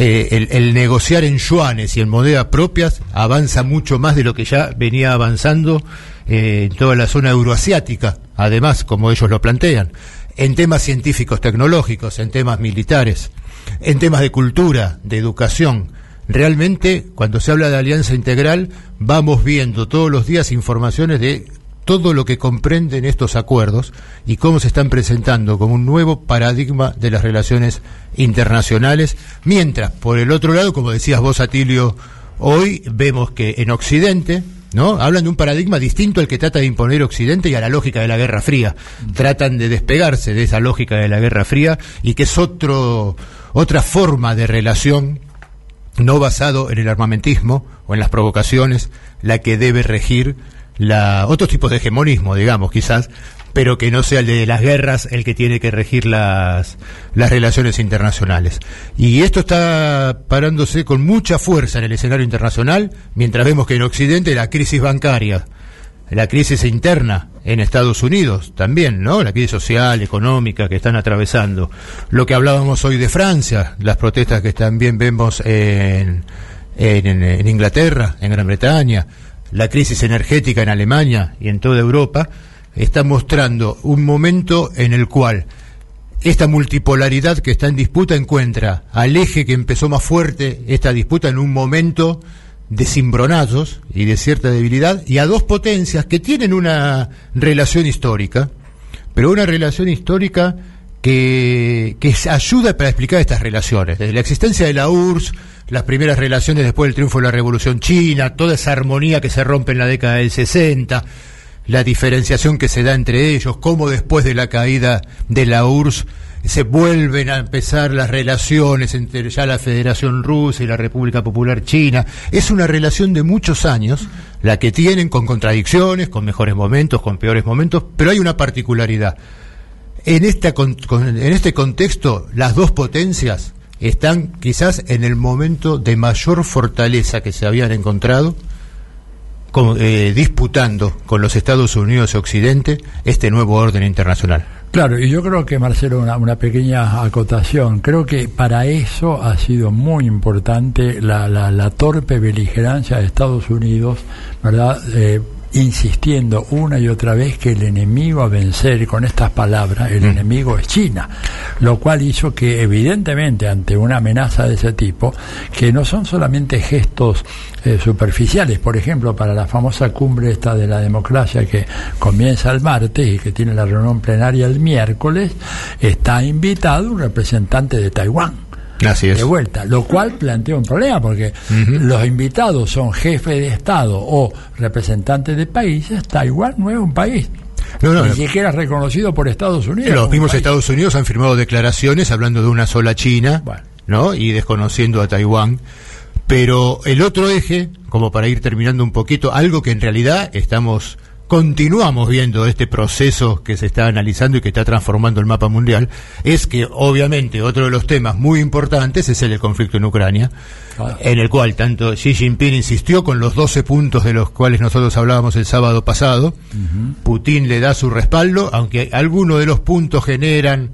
el negociar en yuanes y en monedas propias avanza mucho más de lo que ya venía avanzando en toda la zona euroasiática, además, como ellos lo plantean, en temas científicos tecnológicos, en temas militares, en temas de cultura, de educación. Realmente, cuando se habla de alianza integral, vamos viendo todos los días informaciones de todo lo que comprenden estos acuerdos y cómo se están presentando como un nuevo paradigma de las relaciones internacionales, mientras, por el otro lado, como decías vos, Atilio, hoy vemos que en Occidente, ¿no?, hablan de un paradigma distinto al que trata de imponer Occidente y a la lógica de la Guerra Fría. Tratan de despegarse de esa lógica de la Guerra Fría y que es otra forma de relación, no basado en el armamentismo o en las provocaciones, la que debe regir otros tipos de hegemonismo, digamos, quizás, pero que no sea el de las guerras el que tiene que regir las relaciones internacionales. Y esto está parándose con mucha fuerza en el escenario internacional, mientras vemos que en Occidente la crisis bancaria, la crisis interna en Estados Unidos también, ¿no?, la crisis social, económica que están atravesando, lo que hablábamos hoy de Francia, las protestas que también vemos en Inglaterra, en Gran Bretaña, la crisis energética en Alemania y en toda Europa, está mostrando un momento en el cual esta multipolaridad que está en disputa encuentra al eje que empezó más fuerte esta disputa en un momento de cimbronazos y de cierta debilidad, y a dos potencias que tienen una relación histórica, pero una relación histórica que ayuda para explicar estas relaciones, desde la existencia de la URSS, las primeras relaciones después del triunfo de la Revolución China, toda esa armonía que se rompe en la década del 60, la diferenciación que se da entre ellos, cómo después de la caída de la URSS se vuelven a empezar las relaciones entre ya la Federación Rusa y la República Popular China. Es una relación de muchos años, la que tienen, con contradicciones, con mejores momentos, con peores momentos, pero hay una particularidad. En este contexto, las dos potencias están quizás en el momento de mayor fortaleza que se habían encontrado, disputando con los Estados Unidos y Occidente este nuevo orden internacional. Claro, y yo creo que, Marcelo, una pequeña acotación, creo que para eso ha sido muy importante la torpe beligerancia de Estados Unidos, ¿verdad?, insistiendo una y otra vez que el enemigo a vencer, con estas palabras, el enemigo es China, lo cual hizo que, evidentemente, ante una amenaza de ese tipo, que no son solamente gestos superficiales, por ejemplo, para la famosa cumbre esta de la democracia que comienza el martes y que tiene la reunión plenaria el miércoles, está invitado un representante de Taiwán. Así es. De vuelta, lo cual plantea un problema, porque los invitados son jefes de Estado o representantes de países. Taiwán no es un país. Ni siquiera reconocido por Estados Unidos. Los mismos Estados Unidos han firmado declaraciones hablando de una sola China, ¿no?, y desconociendo a Taiwán. Pero el otro eje, como para ir terminando un poquito, algo que en realidad continuamos viendo este proceso que se está analizando y que está transformando el mapa mundial, es que obviamente otro de los temas muy importantes es el conflicto en Ucrania, en el cual tanto Xi Jinping insistió con los 12 puntos de los cuales nosotros hablábamos el sábado pasado. Putin le da su respaldo, aunque algunos de los puntos generan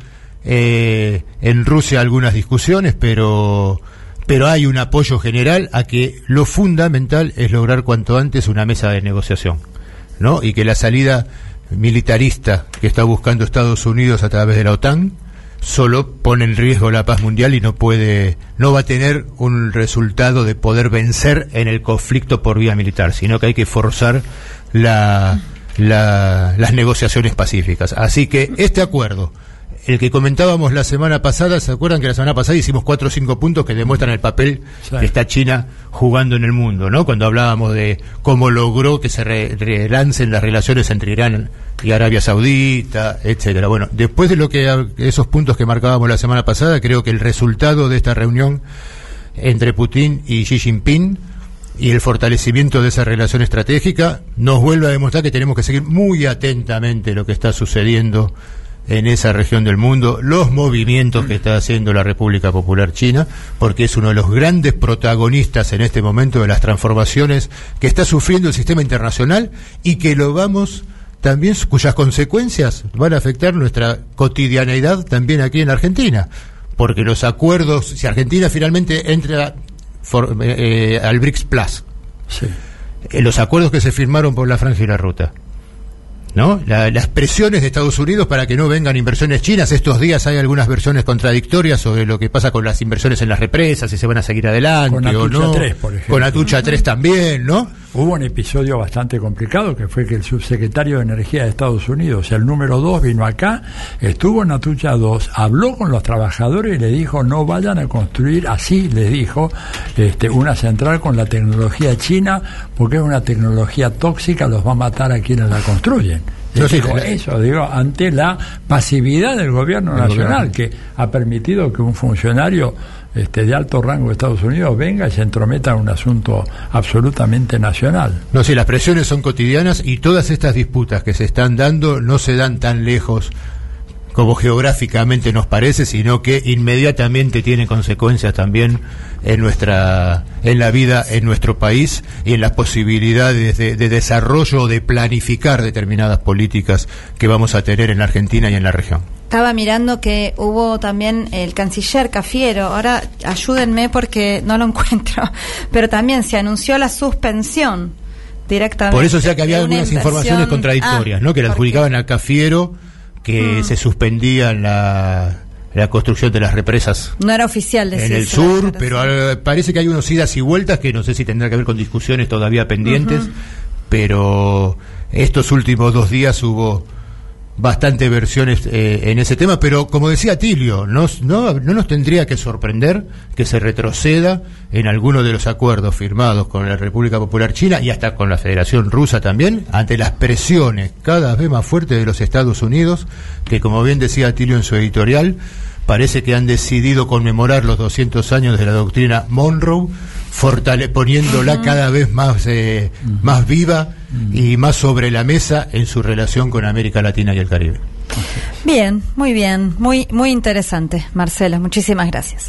en Rusia algunas discusiones, pero hay un apoyo general a que lo fundamental es lograr cuanto antes una mesa de negociación, ¿no?, y que la salida militarista que está buscando Estados Unidos a través de la OTAN solo pone en riesgo la paz mundial y no va a tener un resultado de poder vencer en el conflicto por vía militar, sino que hay que forzar la las negociaciones pacíficas. Así que este acuerdo, el que comentábamos la semana pasada, ¿se acuerdan que la semana pasada hicimos 4 o 5 puntos que demuestran el papel que está China jugando en el mundo, ¿no? Cuando hablábamos de cómo logró que se relancen las relaciones entre Irán y Arabia Saudita, etcétera. Bueno, después de esos puntos que marcábamos la semana pasada, creo que el resultado de esta reunión entre Putin y Xi Jinping y el fortalecimiento de esa relación estratégica nos vuelve a demostrar que tenemos que seguir muy atentamente lo que está sucediendo en esa región del mundo, los movimientos que está haciendo la República Popular China, porque es uno de los grandes protagonistas en este momento de las transformaciones que está sufriendo el sistema internacional y que también, cuyas consecuencias van a afectar nuestra cotidianeidad también aquí en Argentina, porque los acuerdos, si Argentina finalmente entra al BRICS Plus, los acuerdos que se firmaron por la Franja y la Ruta, ¿no? Las presiones de Estados Unidos para que no vengan inversiones chinas. Estos días hay algunas versiones contradictorias sobre lo que pasa con las inversiones en las represas, si se van a seguir adelante o no. Con Atucha 3, por ejemplo. Con Atucha 3 también, ¿no? Hubo un episodio bastante complicado, que fue que el subsecretario de Energía de Estados Unidos, el número 2, vino acá, estuvo en Atucha 2, habló con los trabajadores y le dijo: no vayan a construir, así les dijo, una central con la tecnología china, porque es una tecnología tóxica, los va a matar a quienes la construyen. Digo, ante la pasividad del gobierno nacional, que ha permitido que un funcionario de alto rango de Estados Unidos venga y se entrometa en un asunto absolutamente nacional. No, sí, las presiones son cotidianas y todas estas disputas que se están dando no se dan tan lejos como geográficamente nos parece, sino que inmediatamente tiene consecuencias también en la vida en nuestro país y en las posibilidades de desarrollo o de planificar determinadas políticas que vamos a tener en la Argentina y en la región. Estaba mirando que hubo también el canciller Cafiero, ahora ayúdenme porque no lo encuentro, pero también se anunció la suspensión directamente. Por eso, o sea, que había algunas informaciones contradictorias, ¿no? Que le adjudicaban a Cafiero que se suspendía la construcción de las represas. No era oficial en el sur, pero parece que hay unos idas y vueltas que no sé si tendrá que ver con discusiones todavía pendientes, pero estos últimos 2 días hubo bastantes versiones en ese tema, pero como decía Tilio, no nos tendría que sorprender que se retroceda en alguno de los acuerdos firmados con la República Popular China y hasta con la Federación Rusa también, ante las presiones cada vez más fuertes de los Estados Unidos, que, como bien decía Tilio en su editorial, parece que han decidido conmemorar los 200 años de la doctrina Monroe, poniéndola cada vez más viva y más sobre la mesa en su relación con América Latina y el Caribe. Bien, muy interesante, Marcelo, muchísimas gracias.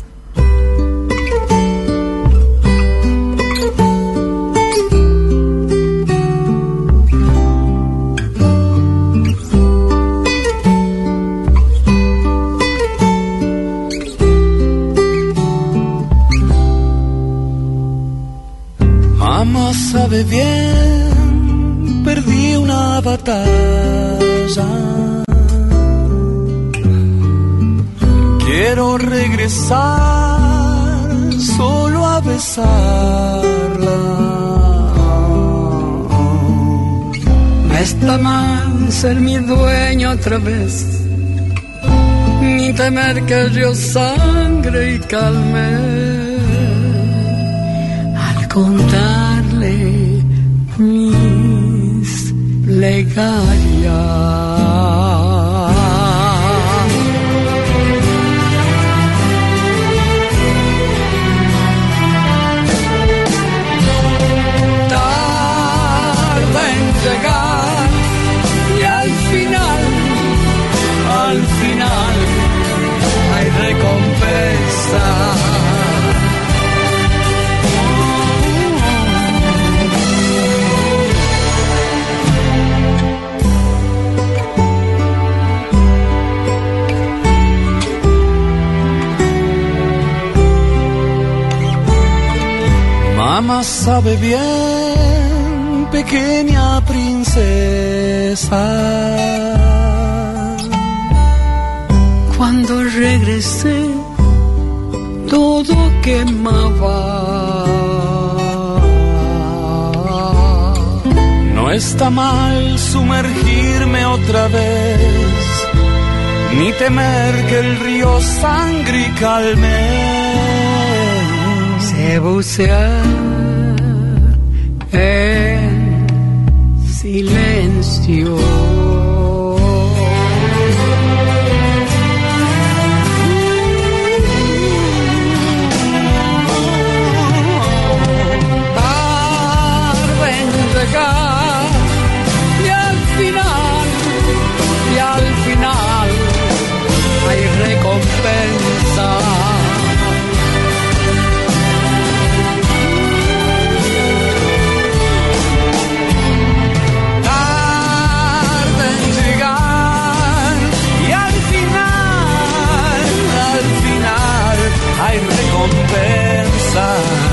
Mamá sabe bien, perdí una batalla. Quiero regresar solo a besarla. No está mal ser mi dueño otra vez, ni temer que yo sangre y calme contarle mis plegarias. Tarda en llegar y al final hay recompensa. Mamá sabe bien, pequeña princesa, cuando regresé todo quemaba. No está mal sumergirme otra vez, ni temer que el río sangre y calme. Sé bucear en silencio. Y al final hay recompensa. Tarde en llegar y al final hay recompensa.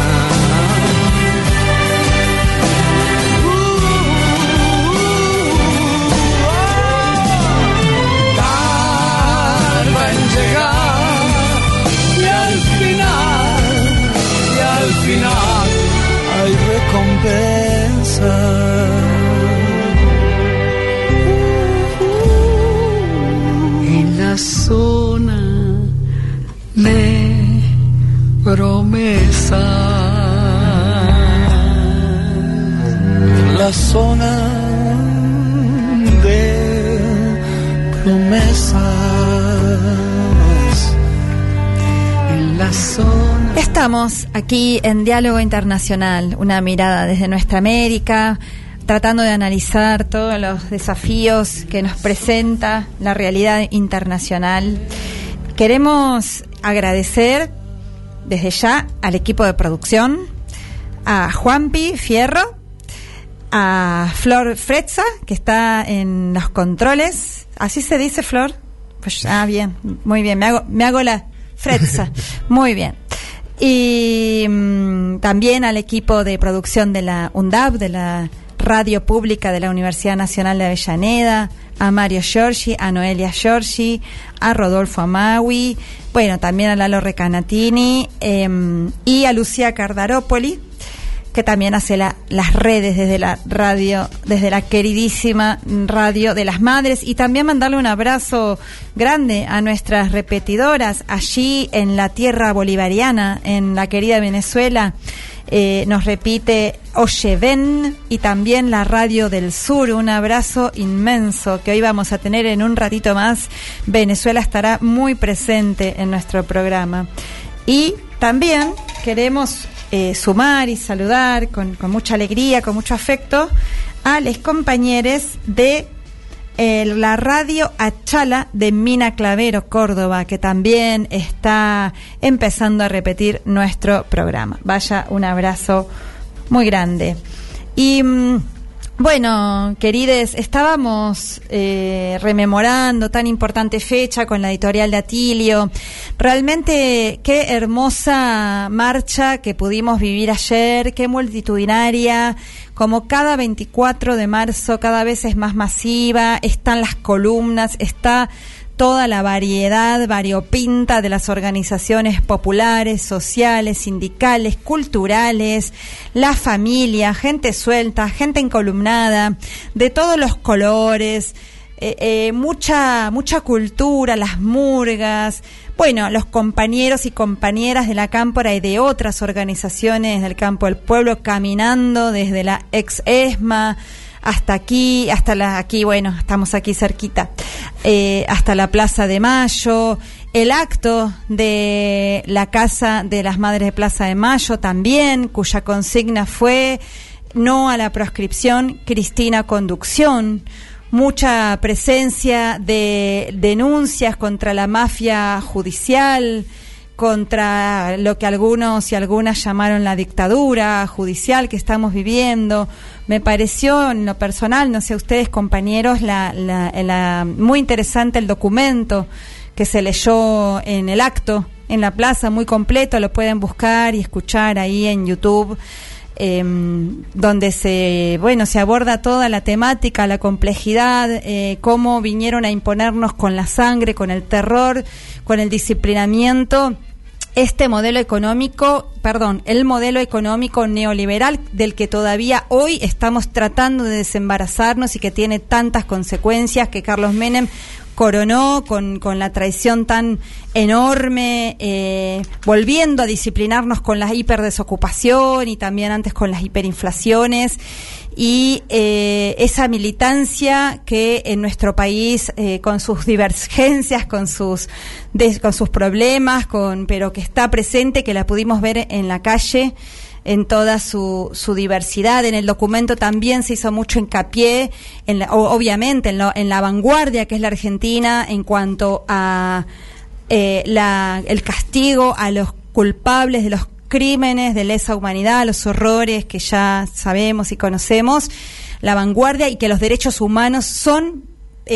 Al final hay recompensa. En la zona de promesa. En la zona de promesas. En la zona. Estamos aquí en Diálogo Internacional, una mirada desde nuestra América, tratando de analizar todos los desafíos que nos presenta la realidad internacional. Queremos agradecer desde ya al equipo de producción, a Juanpi Fierro, a Flor Frezza, que está en los controles. ¿Así se dice, Flor? Pues, bien, muy bien, me hago la Frezza, muy bien. Y también al equipo de producción de la UNDAB, de la Radio Pública de la Universidad Nacional de Avellaneda, a Mario Giorgi, a Noelia Giorgi, a Rodolfo Amaui, bueno, también a Lalo Recanatini y a Lucía Cardarópoli, que también hace las redes desde la radio, desde la queridísima Radio de las Madres, y también mandarle un abrazo grande a nuestras repetidoras allí en la tierra bolivariana, en la querida Venezuela. Nos repite Oye Ven, y también la Radio del Sur. Un abrazo inmenso que hoy vamos a tener en un ratito más. Venezuela estará muy presente en nuestro programa. Y también queremos sumar y saludar con mucha alegría, con mucho afecto, a los compañeros de la Radio Achala de Mina Clavero, Córdoba, que también está empezando a repetir nuestro programa. Vaya, un abrazo muy grande. Y bueno, querides, estábamos rememorando tan importante fecha con la editorial de Atilio. Realmente qué hermosa marcha que pudimos vivir ayer, qué multitudinaria. Como cada 24 de marzo cada vez es más masiva, están las columnas, está toda la variedad variopinta de las organizaciones populares, sociales, sindicales, culturales, la familia, gente suelta, gente encolumnada, de todos los colores, mucha cultura, las murgas, bueno, los compañeros y compañeras de la Cámpora y de otras organizaciones del Campo del Pueblo caminando desde la ex ESMA hasta aquí, bueno, estamos aquí cerquita, hasta la Plaza de Mayo, el acto de la Casa de las Madres de Plaza de Mayo también, cuya consigna fue no a la proscripción, Cristina Conducción. Mucha presencia de denuncias contra la mafia judicial, contra lo que algunos y algunas llamaron la dictadura judicial que estamos viviendo. Me pareció, en lo personal, no sé ustedes, compañeros, muy interesante el documento que se leyó en el acto, en la plaza, muy completo, lo pueden buscar y escuchar ahí en YouTube. Donde se aborda toda la temática, la complejidad, cómo vinieron a imponernos con la sangre, con el terror, con el disciplinamiento, el modelo económico neoliberal del que todavía hoy estamos tratando de desembarazarnos y que tiene tantas consecuencias, que Carlos Menem coronó con la traición tan enorme, volviendo a disciplinarnos con la hiperdesocupación y también antes con las hiperinflaciones, y esa militancia que en nuestro país, con sus divergencias, con sus problemas, pero que está presente, que la pudimos ver en la calle en toda su diversidad. En el documento también se hizo mucho hincapié, obviamente, en la vanguardia que es la Argentina en cuanto a el castigo a los culpables de los crímenes de lesa humanidad, los horrores que ya sabemos y conocemos, la vanguardia, y que los derechos humanos son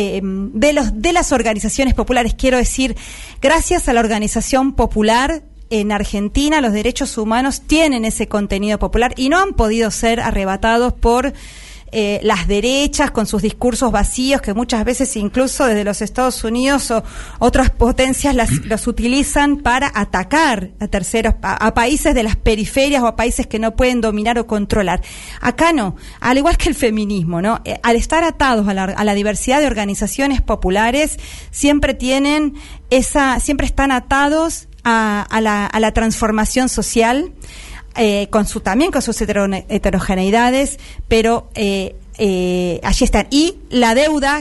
de las organizaciones populares. Quiero decir, gracias a la organización popular en Argentina, los derechos humanos tienen ese contenido popular y no han podido ser arrebatados por las derechas con sus discursos vacíos, que muchas veces incluso desde los Estados Unidos o otras potencias los utilizan para atacar a terceros, a países de las periferias o a países que no pueden dominar o controlar. Acá no, al igual que el feminismo, ¿no? Al estar atados a la diversidad de organizaciones populares, siempre están atados a la transformación social, también con sus heterogeneidades, pero allí están. Y la deuda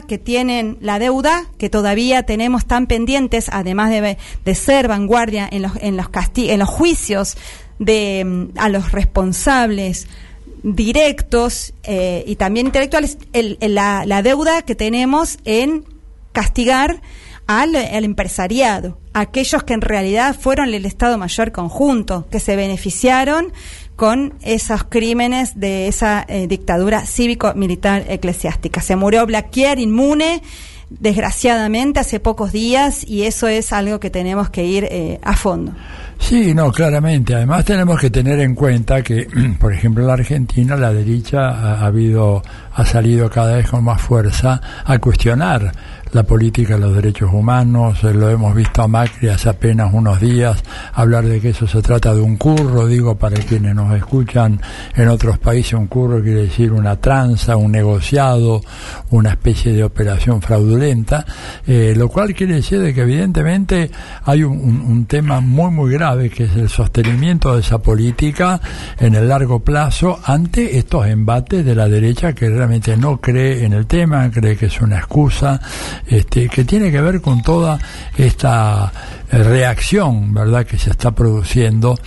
que todavía tenemos tan pendientes, además de ser vanguardia en los juicios a los responsables directos y también intelectuales, la deuda que tenemos en castigar al empresariado, aquellos que en realidad fueron el Estado Mayor conjunto, que se beneficiaron con esos crímenes de esa dictadura cívico-militar eclesiástica. Se murió Blaquier inmune, desgraciadamente, hace pocos días, y eso es algo que tenemos que ir a fondo. Sí, no, claramente. Además tenemos que tener en cuenta que, por ejemplo, en la Argentina la derecha ha salido cada vez con más fuerza a cuestionar la política de los derechos humanos. Lo hemos visto a Macri hace apenas unos días hablar de que eso se trata de un curro. Digo, para quienes nos escuchan en otros países, un curro quiere decir una tranza, un negociado, una especie de operación fraudulenta, lo cual quiere decir de que evidentemente hay un tema muy muy grave, que es el sostenimiento de esa política en el largo plazo ante estos embates de la derecha, que realmente no cree en el tema, cree que es una excusa, que tiene que ver con toda esta reacción, ¿verdad?, que se está produciendo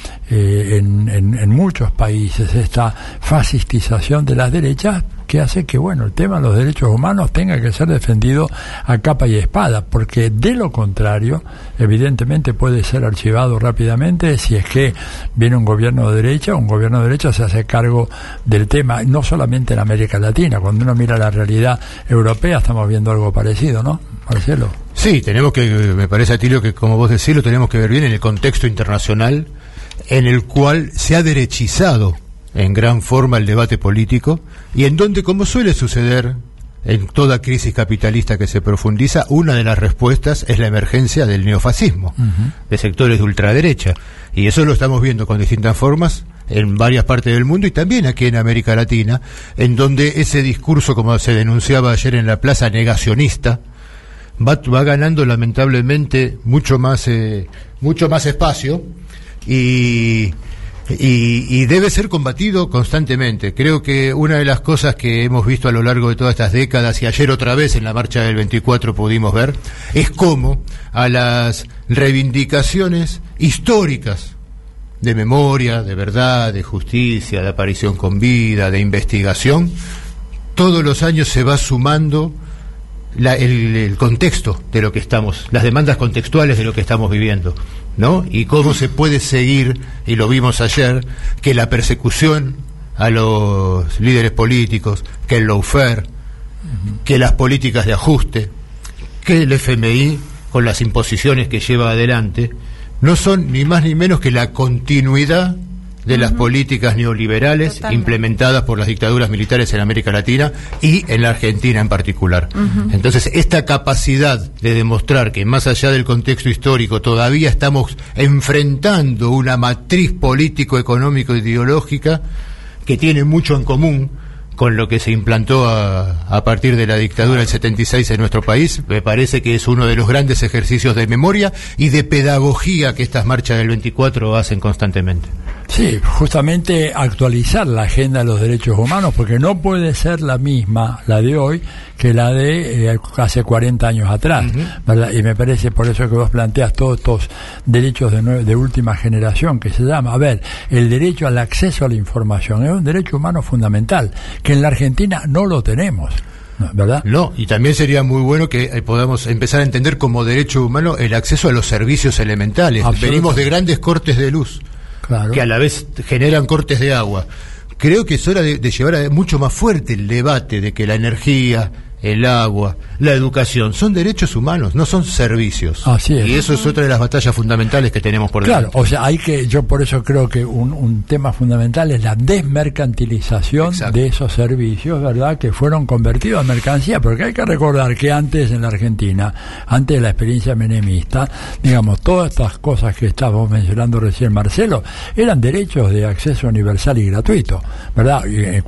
en muchos países, esta fascistización de las derechas, que hace que, bueno, el tema de los derechos humanos tenga que ser defendido a capa y espada, porque de lo contrario, evidentemente puede ser archivado rápidamente si es que viene un gobierno de derecha se hace cargo del tema, no solamente en América Latina. Cuando uno mira la realidad europea, estamos viendo algo parecido, ¿no, Marcelo? Sí, tenemos que, me parece, Atilio, que como vos decís, lo tenemos que ver bien en el contexto internacional en el cual se ha derechizado en gran forma el debate político, y en donde, como suele suceder en toda crisis capitalista que se profundiza, una de las respuestas es la emergencia del neofascismo, de sectores de ultraderecha, y eso lo estamos viendo con distintas formas en varias partes del mundo y también aquí en América Latina, en donde ese discurso, como se denunciaba ayer en la plaza, negacionista, va ganando lamentablemente mucho más espacio y debe ser combatido constantemente. Creo que una de las cosas que hemos visto a lo largo de todas estas décadas, y ayer otra vez en la marcha del 24 pudimos ver, es cómo a las reivindicaciones históricas de memoria, de verdad, de justicia, de aparición con vida, de investigación, todos los años se va sumando el contexto de lo que estamos, las demandas contextuales de lo que estamos viviendo, ¿no? Y cómo se puede seguir, y lo vimos ayer, que la persecución a los líderes políticos, que el lawfare, que las políticas de ajuste, que el FMI con las imposiciones que lleva adelante, no son ni más ni menos que la continuidad de las políticas neoliberales implementadas por las dictaduras militares en América Latina y en la Argentina en particular. Entonces, esta capacidad de demostrar que más allá del contexto histórico todavía estamos enfrentando una matriz político-económico-ideológica que tiene mucho en común con lo que se implantó a partir de la dictadura del 76 en nuestro país, me parece que es uno de los grandes ejercicios de memoria y de pedagogía que estas marchas del 24 hacen constantemente. Sí, justamente actualizar la agenda de los derechos humanos, porque no puede ser la misma, la de hoy, que la de hace 40 años atrás, ¿verdad? Y me parece por eso que vos planteas todos estos derechos de última generación, que se llama, a ver, el derecho al acceso a la información, es un derecho humano fundamental, que en la Argentina no lo tenemos, ¿verdad? No, y también sería muy bueno que podamos empezar a entender como derecho humano el acceso a los servicios elementales. Venimos de grandes cortes de luz, claro, que a la vez generan cortes de agua. Creo que es hora de llevar mucho más fuerte el debate de que la energía, el agua, la educación son derechos humanos, no son servicios. Así es. Y eso es otra de las batallas fundamentales que tenemos por delante. Claro, o sea, yo por eso creo que un tema fundamental es la desmercantilización de esos servicios, ¿verdad?, que fueron convertidos en mercancía, porque hay que recordar que antes en la Argentina, antes de la experiencia menemista, digamos, todas estas cosas que estábamos mencionando recién, Marcelo, eran derechos de acceso universal y gratuito, ¿verdad?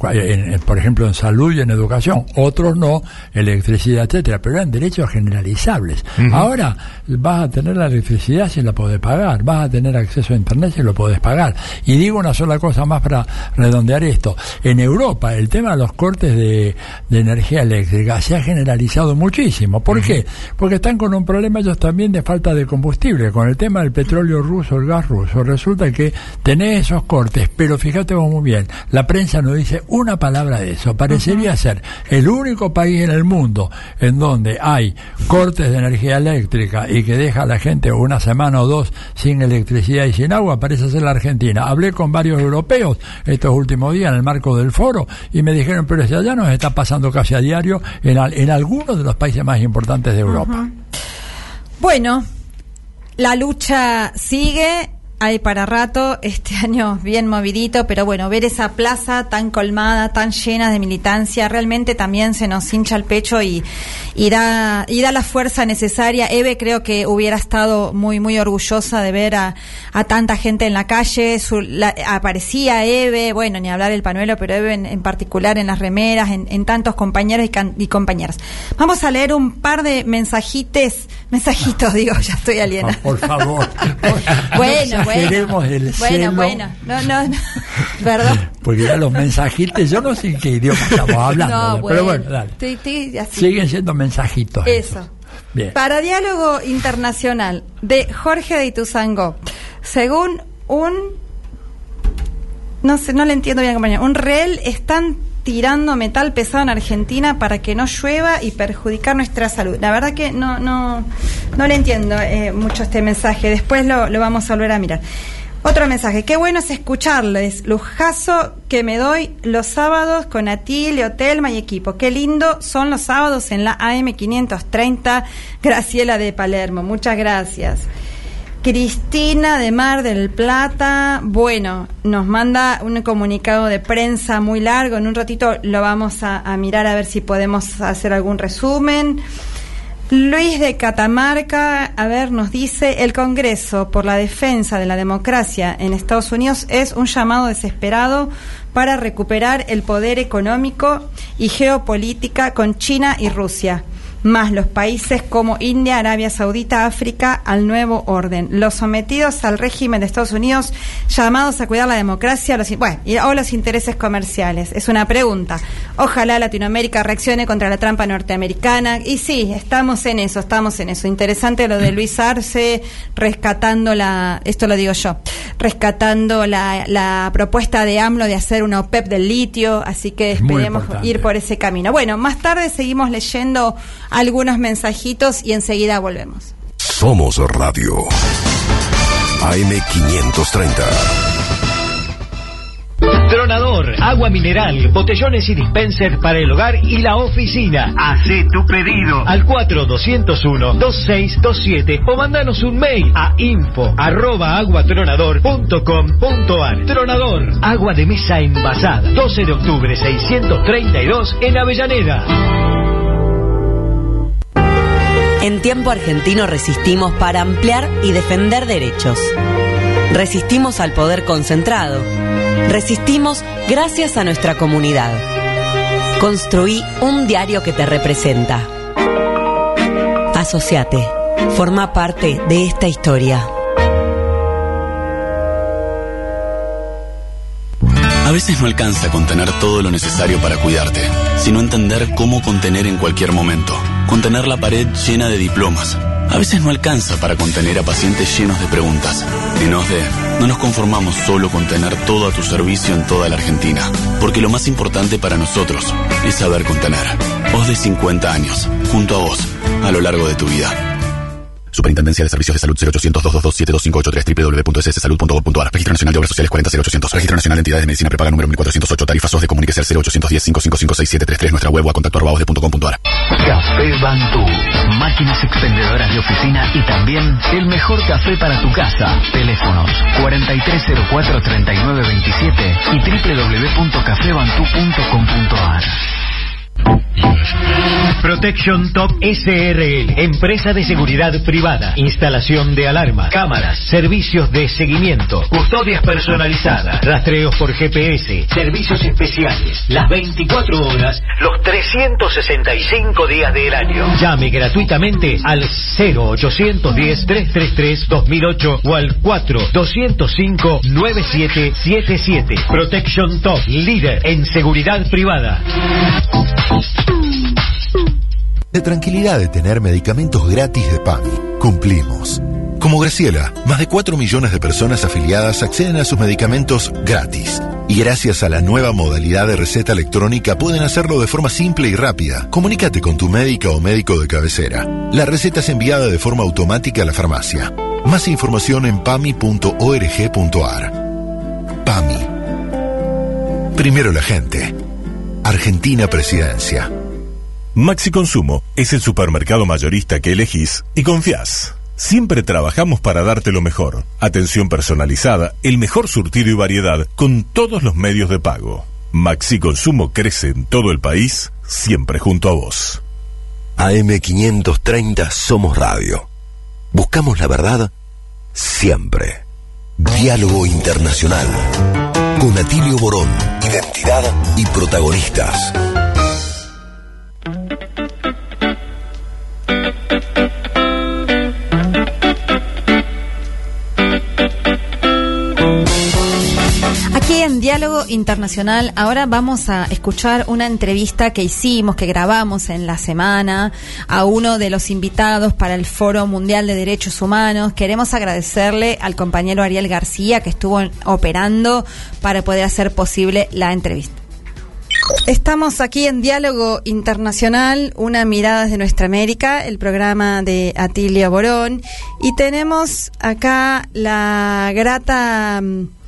Por ejemplo, en salud y en educación, otros no, electricidad, etcétera, pero eran derechos generalizables. Ahora vas a tener la electricidad si la podés pagar, vas a tener acceso a internet si lo podés pagar. Y digo una sola cosa más para redondear esto: en Europa el tema de los cortes de energía eléctrica se ha generalizado muchísimo. ¿Por qué? Porque están con un problema ellos también de falta de combustible, con el tema del petróleo ruso, el gas ruso. Resulta que tenés esos cortes, pero fíjate vos muy bien, la prensa no dice una palabra de eso. Parecería ser el único país en el mundo en donde hay cortes de energía eléctrica y que deja a la gente una semana o dos sin electricidad y sin agua, parece ser la Argentina. Hablé con varios europeos estos últimos días en el marco del foro y me dijeron, pero si allá nos está pasando casi a diario en algunos de los países más importantes de Europa. Bueno, la lucha sigue. Hay para rato, este año bien movidito, pero bueno, ver esa plaza tan colmada, tan llena de militancia, realmente también se nos hincha el pecho y da la fuerza necesaria. Eve creo que hubiera estado muy muy orgullosa de ver a tanta gente en la calle. Aparecía Eve, bueno, ni hablar del pañuelo, pero Eve en particular en las remeras, en tantos compañeros y compañeras. Vamos a leer un par de mensajitos, digo, ya estoy aliena. Por favor. Bueno, no, ¿verdad? Porque ya los mensajitos, yo no sé en qué idioma estamos hablando, pero bueno, dale. Estoy así. Siguen siendo mensajitos. Eso. Bien. Para Diálogo Internacional, de Jorge de Ituzangó, según no le entiendo bien, compañero, un rehén están tirando metal pesado en Argentina para que no llueva y perjudicar nuestra salud. La verdad que no le entiendo mucho este mensaje. Después lo vamos a volver a mirar. Otro mensaje: qué bueno es escucharles, lujazo que me doy los sábados con Atilio, Telma y equipo. Qué lindo son los sábados en la AM530. Graciela de Palermo, muchas gracias. Cristina de Mar del Plata, bueno, nos manda un comunicado de prensa muy largo. En un ratito lo vamos a mirar a ver si podemos hacer algún resumen. Luis de Catamarca, a ver, nos dice: el Congreso por la Defensa de la Democracia en Estados Unidos es un llamado desesperado para recuperar el poder económico y geopolítica con China y Rusia, más los países como India, Arabia Saudita, África, al nuevo orden. Los sometidos al régimen de Estados Unidos, llamados a cuidar la democracia o los intereses comerciales. Es una pregunta. Ojalá Latinoamérica reaccione contra la trampa norteamericana. Y sí, estamos en eso. Interesante lo de Luis Arce, rescatando esto lo digo yo, rescatando la propuesta de AMLO de hacer una OPEP del litio, así que esperemos ir por ese camino. Bueno, más tarde seguimos leyendo algunos mensajitos y enseguida volvemos. Somos Radio AM530. Tronador, agua mineral, botellones y dispensers para el hogar y la oficina. Hacé tu pedido al 4201-2627 o mandanos un mail a info@aguatronador.com.ar. Tronador, agua de mesa envasada. 12 de octubre 632 en Avellaneda. En Tiempo Argentino resistimos para ampliar y defender derechos. Resistimos al poder concentrado. Resistimos gracias a nuestra comunidad. Construí un diario que te representa. Asociate. Forma parte de esta historia. A veces no alcanza a contener todo lo necesario para cuidarte, sino entender cómo contener en cualquier momento. Contener la pared llena de diplomas. A veces no alcanza para contener a pacientes llenos de preguntas. En OSDE no nos conformamos solo con tener todo a tu servicio en toda la Argentina, porque lo más importante para nosotros es saber contener. OSDE 50 años, junto a vos, a lo largo de tu vida. Superintendencia de Servicios de Salud 0800-222-72583 www.sssalud.gov.ar. Registro Nacional de Obras Sociales 40800. Registro Nacional de Entidades de Medicina Prepaga número 1408. Tarifas OSDE. Comuníquese al 0810-5556-733. Nuestra web o a contacto@osde.com.ar. Café Bantú. Máquinas expendedoras de oficina y también el mejor café para tu casa. Teléfonos 4304-3927 y www.cafebantú.com.ar. Protection Top SRL, empresa de seguridad privada, instalación de alarma, cámaras, servicios de seguimiento, custodias personalizadas, rastreos por GPS, servicios especiales, las 24 horas, los 365 días del año. Llame gratuitamente al 0810-333-2008 o al 4-205-9777. Protection Top, líder en seguridad privada. La tranquilidad de tener medicamentos gratis de PAMI. Cumplimos. Como Graciela, más de 4 millones de personas afiliadas acceden a sus medicamentos gratis. Y gracias a la nueva modalidad de receta electrónica pueden hacerlo de forma simple y rápida. Comunícate con tu médica o médico de cabecera. La receta es enviada de forma automática a la farmacia. Más información en pami.org.ar. PAMI. Primero la gente. Argentina Presidencia. Maxi Consumo es el supermercado mayorista que elegís y confías. Siempre trabajamos para darte lo mejor. Atención personalizada, el mejor surtido y variedad con todos los medios de pago. Maxi Consumo crece en todo el país, siempre junto a vos. AM530 Somos Radio. Buscamos la verdad siempre. Diálogo Internacional. Con Atilio Borón. Identidad y protagonistas. Aquí en Diálogo Internacional ahora vamos a escuchar una entrevista que hicimos, que grabamos en la semana a uno de los invitados para el Foro Mundial de Derechos Humanos. Queremos agradecerle al compañero Ariel García que estuvo operando para poder hacer posible la entrevista. Estamos aquí en Diálogo Internacional, una mirada desde nuestra América, el programa de Atilio Borón, y tenemos acá la grata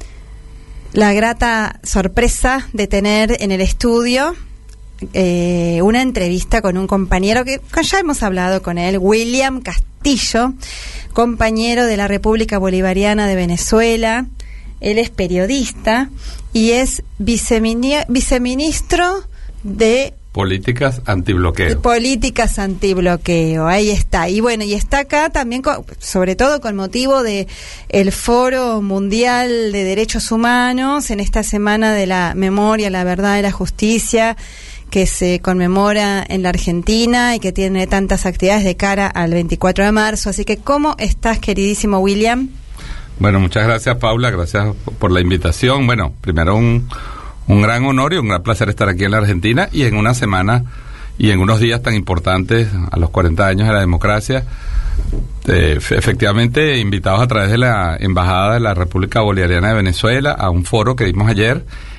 sorpresa de tener en el estudio una entrevista con un compañero que ya hemos hablado con él, William Castillo, compañero de la República Bolivariana de Venezuela. Él es periodista y es viceministro de Políticas antibloqueo. Políticas antibloqueo, ahí está. Y bueno, y está acá también, sobre todo con motivo de el Foro Mundial de Derechos Humanos, en esta semana de la memoria, la verdad y la justicia, que se conmemora en la Argentina y que tiene tantas actividades de cara al 24 de marzo. Así que, ¿cómo estás, queridísimo William? Bueno, muchas gracias, Paula, gracias por la invitación. Bueno, primero un gran honor y un gran placer estar aquí en la Argentina y en una semana y en unos días tan importantes a los 40 años de la democracia. Efectivamente, invitados a través de la Embajada de la República Bolivariana de Venezuela a un foro que dimos ayer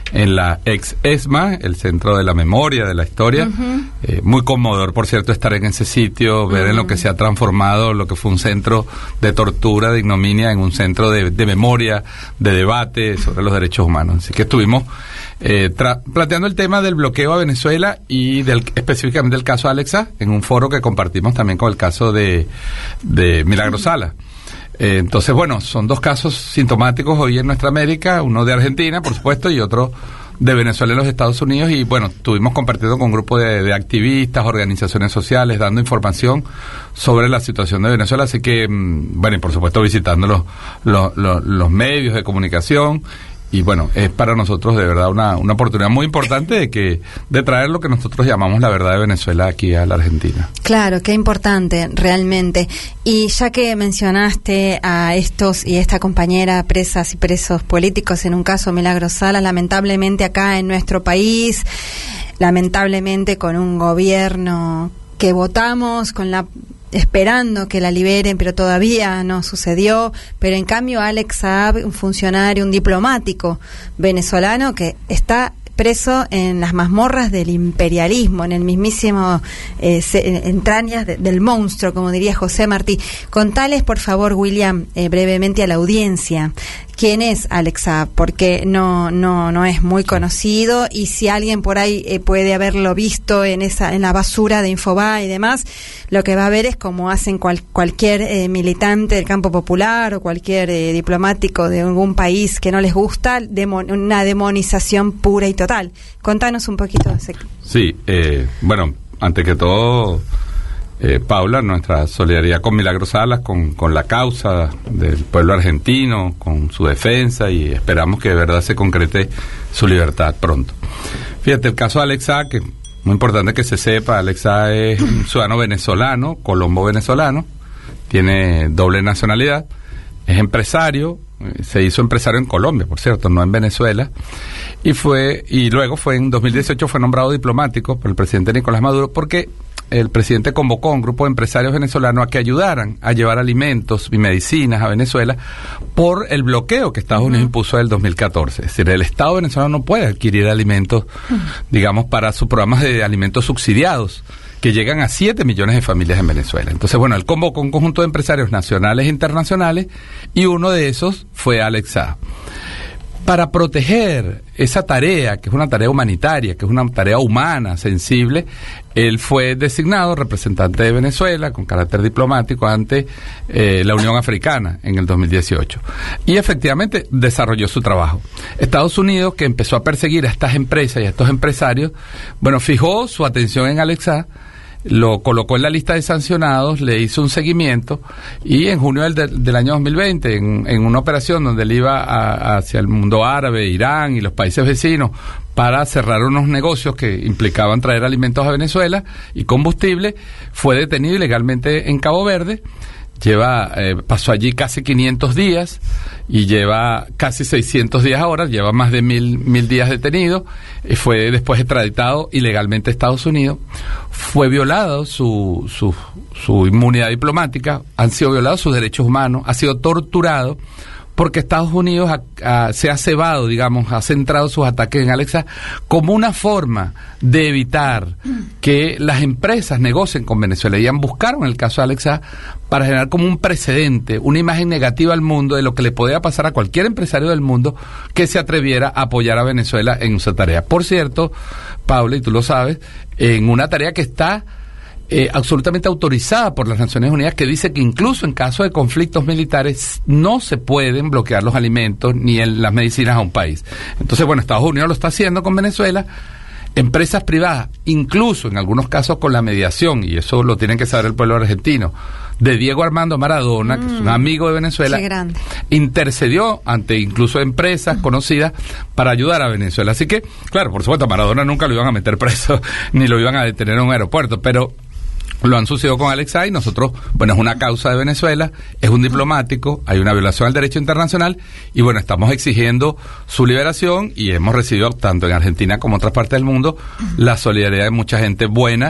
en la ex ESMA, el Centro de la Memoria, de la Historia. Muy conmovedor, por cierto, estar en ese sitio, ver en lo que se ha transformado, lo que fue un centro de tortura, de ignominia, en un centro de memoria, de debate sobre los derechos humanos. Así que estuvimos planteando el tema del bloqueo a Venezuela y específicamente del caso Alexa, en un foro que compartimos también con el caso de Milagros Sala. Entonces, bueno, son dos casos sintomáticos hoy en nuestra América, uno de Argentina, por supuesto, y otro de Venezuela en los Estados Unidos, y bueno, estuvimos compartiendo con un grupo de activistas, organizaciones sociales, dando información sobre la situación de Venezuela, así que, bueno, y por supuesto visitando los medios de comunicación. Y bueno, es para nosotros de verdad una oportunidad muy importante de traer lo que nosotros llamamos la verdad de Venezuela aquí a la Argentina. Claro, qué importante, realmente. Y ya que mencionaste a estos y esta compañera presas y presos políticos, en un caso Milagros Sala, lamentablemente acá en nuestro país, lamentablemente con un gobierno que votamos esperando que la liberen, pero todavía no sucedió. Pero en cambio Alex Saab, un funcionario, un diplomático venezolano que está preso en las mazmorras del imperialismo, en el mismísimo entrañas del monstruo, como diría José Martí. Contales, por favor, William, brevemente a la audiencia, ¿quién es Alex Saab? Porque no es muy conocido, y si alguien por ahí puede haberlo visto en la basura de Infobae y demás, lo que va a ver es como hacen cualquier militante del campo popular o cualquier diplomático de algún país que no les gusta, una demonización pura y total. Contanos un poquito de ese. Sí, bueno, antes que todo, Paula, nuestra solidaridad con Milagros Salas, con la causa del pueblo argentino, con su defensa, y esperamos que de verdad se concrete su libertad pronto. Fíjate, el caso de Alex Saab, que muy importante que se sepa, Alex Saab es un ciudadano venezolano, colombo-venezolano, tiene doble nacionalidad, es empresario, se hizo empresario en Colombia, por cierto, no en Venezuela, y luego en 2018 fue nombrado diplomático por el presidente Nicolás Maduro, porque el presidente convocó a un grupo de empresarios venezolanos a que ayudaran a llevar alimentos y medicinas a Venezuela por el bloqueo que Estados Unidos impuso en el 2014. Es decir, el Estado venezolano no puede adquirir alimentos, digamos, para sus programas de alimentos subsidiados, que llegan a 7 millones de familias en Venezuela. Entonces, bueno, él convocó un conjunto de empresarios nacionales e internacionales, y uno de esos fue Alex Saab. Para proteger esa tarea, que es una tarea humanitaria, que es una tarea humana, sensible, él fue designado representante de Venezuela con carácter diplomático ante la Unión Africana en el 2018. Y efectivamente desarrolló su trabajo. Estados Unidos, que empezó a perseguir a estas empresas y a estos empresarios, bueno, fijó su atención en Alex Saab, lo colocó en la lista de sancionados, le hizo un seguimiento, y en junio del año 2020, en una operación donde él iba hacia el mundo árabe, Irán y los países vecinos, para cerrar unos negocios que implicaban traer alimentos a Venezuela y combustible, fue detenido ilegalmente en Cabo Verde. Pasó allí casi 500 días y lleva casi 600 días ahora, lleva más de 1000 días detenido, y fue después extraditado ilegalmente a Estados Unidos. Fue violado su inmunidad diplomática, han sido violados sus derechos humanos, ha sido torturado, porque Estados Unidos se ha cebado, digamos, ha centrado sus ataques en Alex Saab como una forma de evitar que las empresas negocien con Venezuela. Y han buscado en el caso de Alex Saab para generar como un precedente, una imagen negativa al mundo de lo que le podía pasar a cualquier empresario del mundo que se atreviera a apoyar a Venezuela en su tarea. Por cierto, Paula, y tú lo sabes, en una tarea que está absolutamente autorizada por las Naciones Unidas, que dice que incluso en caso de conflictos militares no se pueden bloquear los alimentos ni las medicinas a un país. Entonces, bueno, Estados Unidos lo está haciendo con Venezuela, empresas privadas, incluso en algunos casos con la mediación, y eso lo tienen que saber el pueblo argentino, de Diego Armando Maradona, que es un amigo de Venezuela, intercedió ante incluso empresas conocidas para ayudar a Venezuela. Así que, claro, por supuesto, a Maradona nunca lo iban a meter preso, ni lo iban a detener en un aeropuerto, pero lo han sucedido con Alex Saab, y nosotros, bueno, es una causa de Venezuela, es un diplomático, hay una violación al derecho internacional, y bueno, estamos exigiendo su liberación, y hemos recibido, tanto en Argentina como en otras partes del mundo, la solidaridad de mucha gente buena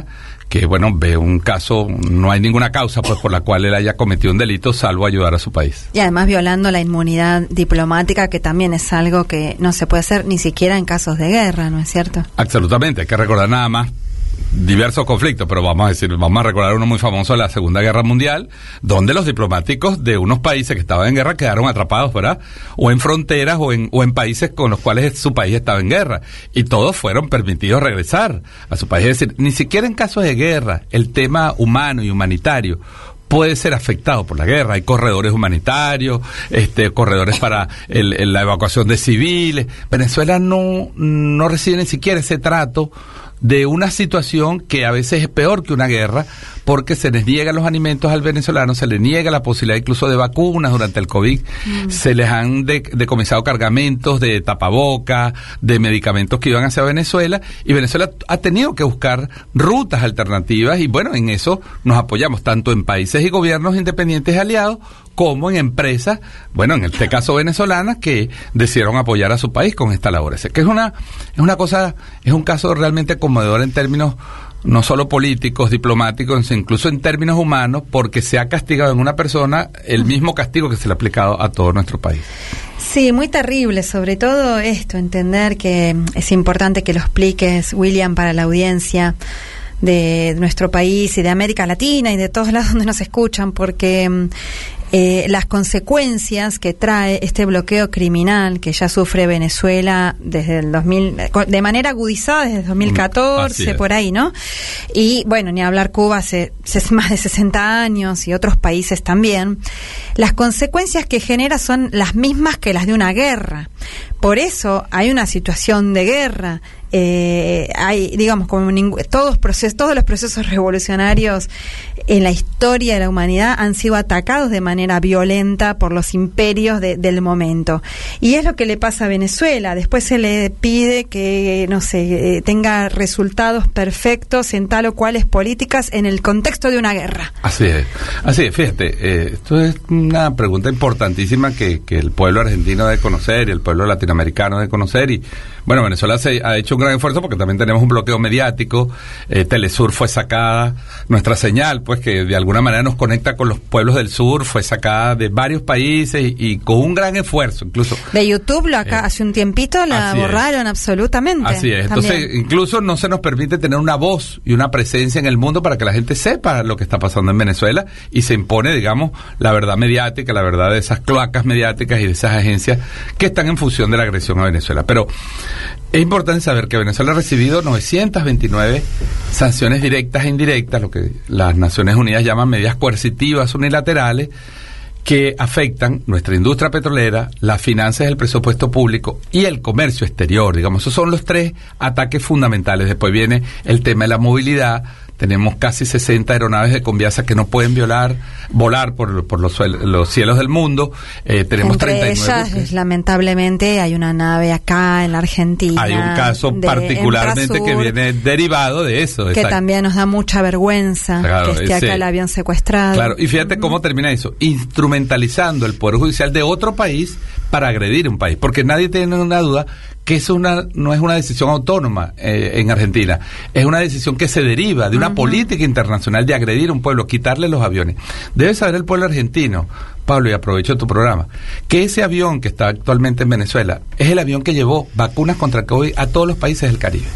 que bueno, ve un caso, no hay ninguna causa pues por la cual él haya cometido un delito salvo ayudar a su país. Y además violando la inmunidad diplomática, que también es algo que no se puede hacer ni siquiera en casos de guerra, ¿no es cierto? Absolutamente, hay que recordar nada más diversos conflictos, pero vamos a recordar uno muy famoso de la Segunda Guerra Mundial, donde los diplomáticos de unos países que estaban en guerra quedaron atrapados, ¿verdad? O en fronteras o en países con los cuales su país estaba en guerra, y todos fueron permitidos regresar a su país. Es decir, ni siquiera en casos de guerra el tema humano y humanitario puede ser afectado por la guerra. Hay corredores humanitarios, corredores para la evacuación de civiles. Venezuela no recibe ni siquiera ese trato de una situación que a veces es peor que una guerra, porque se les niegan los alimentos al venezolano, se les niega la posibilidad incluso de vacunas durante el COVID, se les han decomisado cargamentos de tapabocas, de medicamentos que iban hacia Venezuela, y Venezuela ha tenido que buscar rutas alternativas, y bueno, en eso nos apoyamos tanto en países y gobiernos independientes aliados, como en empresas, bueno, en este caso venezolanas, que decidieron apoyar a su país con esta labor. Es que es un caso realmente conmovedor en términos no solo políticos, diplomáticos, incluso en términos humanos, porque se ha castigado en una persona el mismo castigo que se le ha aplicado a todo nuestro país. Sí, muy terrible, sobre todo esto, entender que es importante que lo expliques, William, para la audiencia de nuestro país y de América Latina y de todos lados donde nos escuchan, porque las consecuencias que trae este bloqueo criminal que ya sufre Venezuela desde el 2000, de manera agudizada desde el 2014, por ahí, ¿no? Y bueno, ni hablar Cuba hace más de 60 años y otros países también. Las consecuencias que genera son las mismas que las de una guerra. Por eso hay una situación de guerra. Hay, digamos, como todos los procesos revolucionarios en la historia de la humanidad han sido atacados de manera violenta por los imperios del momento. Y es lo que le pasa a Venezuela. Después se le pide que, no sé, tenga resultados perfectos en tal o cuales políticas en el contexto de una guerra. Así es, fíjate, esto es una pregunta importantísima que el pueblo argentino debe conocer y el pueblo latinoamericano debe conocer. Y bueno, Venezuela ha hecho un gran esfuerzo porque también tenemos un bloqueo mediático. Telesur fue sacada, nuestra señal, pues que de alguna manera nos conecta con los pueblos del sur, fue sacada de varios países y con un gran esfuerzo, incluso. De YouTube, hace un tiempito la borraron absolutamente. Así es, también. Entonces incluso no se nos permite tener una voz y una presencia en el mundo para que la gente sepa lo que está pasando en Venezuela, y se impone, digamos, la verdad mediática, la verdad de esas cloacas mediáticas y de esas agencias que están en función de la agresión a Venezuela. Pero es importante saber que Venezuela ha recibido 929 sanciones directas e indirectas, lo que las Naciones Unidas llaman medidas coercitivas unilaterales, que afectan nuestra industria petrolera, las finanzas del presupuesto público y el comercio exterior. Digamos, esos son los tres ataques fundamentales. Después viene el tema de la movilidad. Tenemos casi 60 aeronaves de Conviasa que no pueden volar por los cielos del mundo. Tenemos entre 39 ellas, lamentablemente, hay una nave acá en la Argentina. Hay un caso particularmente que viene derivado de eso. Que también nos da mucha vergüenza, claro, que esté acá el avión secuestrado. Claro, y fíjate cómo termina eso. Instrumentalizando el Poder Judicial de otro país para agredir un país. Porque nadie tiene una duda que eso no es una decisión autónoma en Argentina, es una decisión que se deriva de una política internacional de agredir a un pueblo, quitarle los aviones. Debe saber el pueblo argentino, Pablo, y aprovecho tu programa, que ese avión que está actualmente en Venezuela es el avión que llevó vacunas contra el COVID a todos los países del Caribe,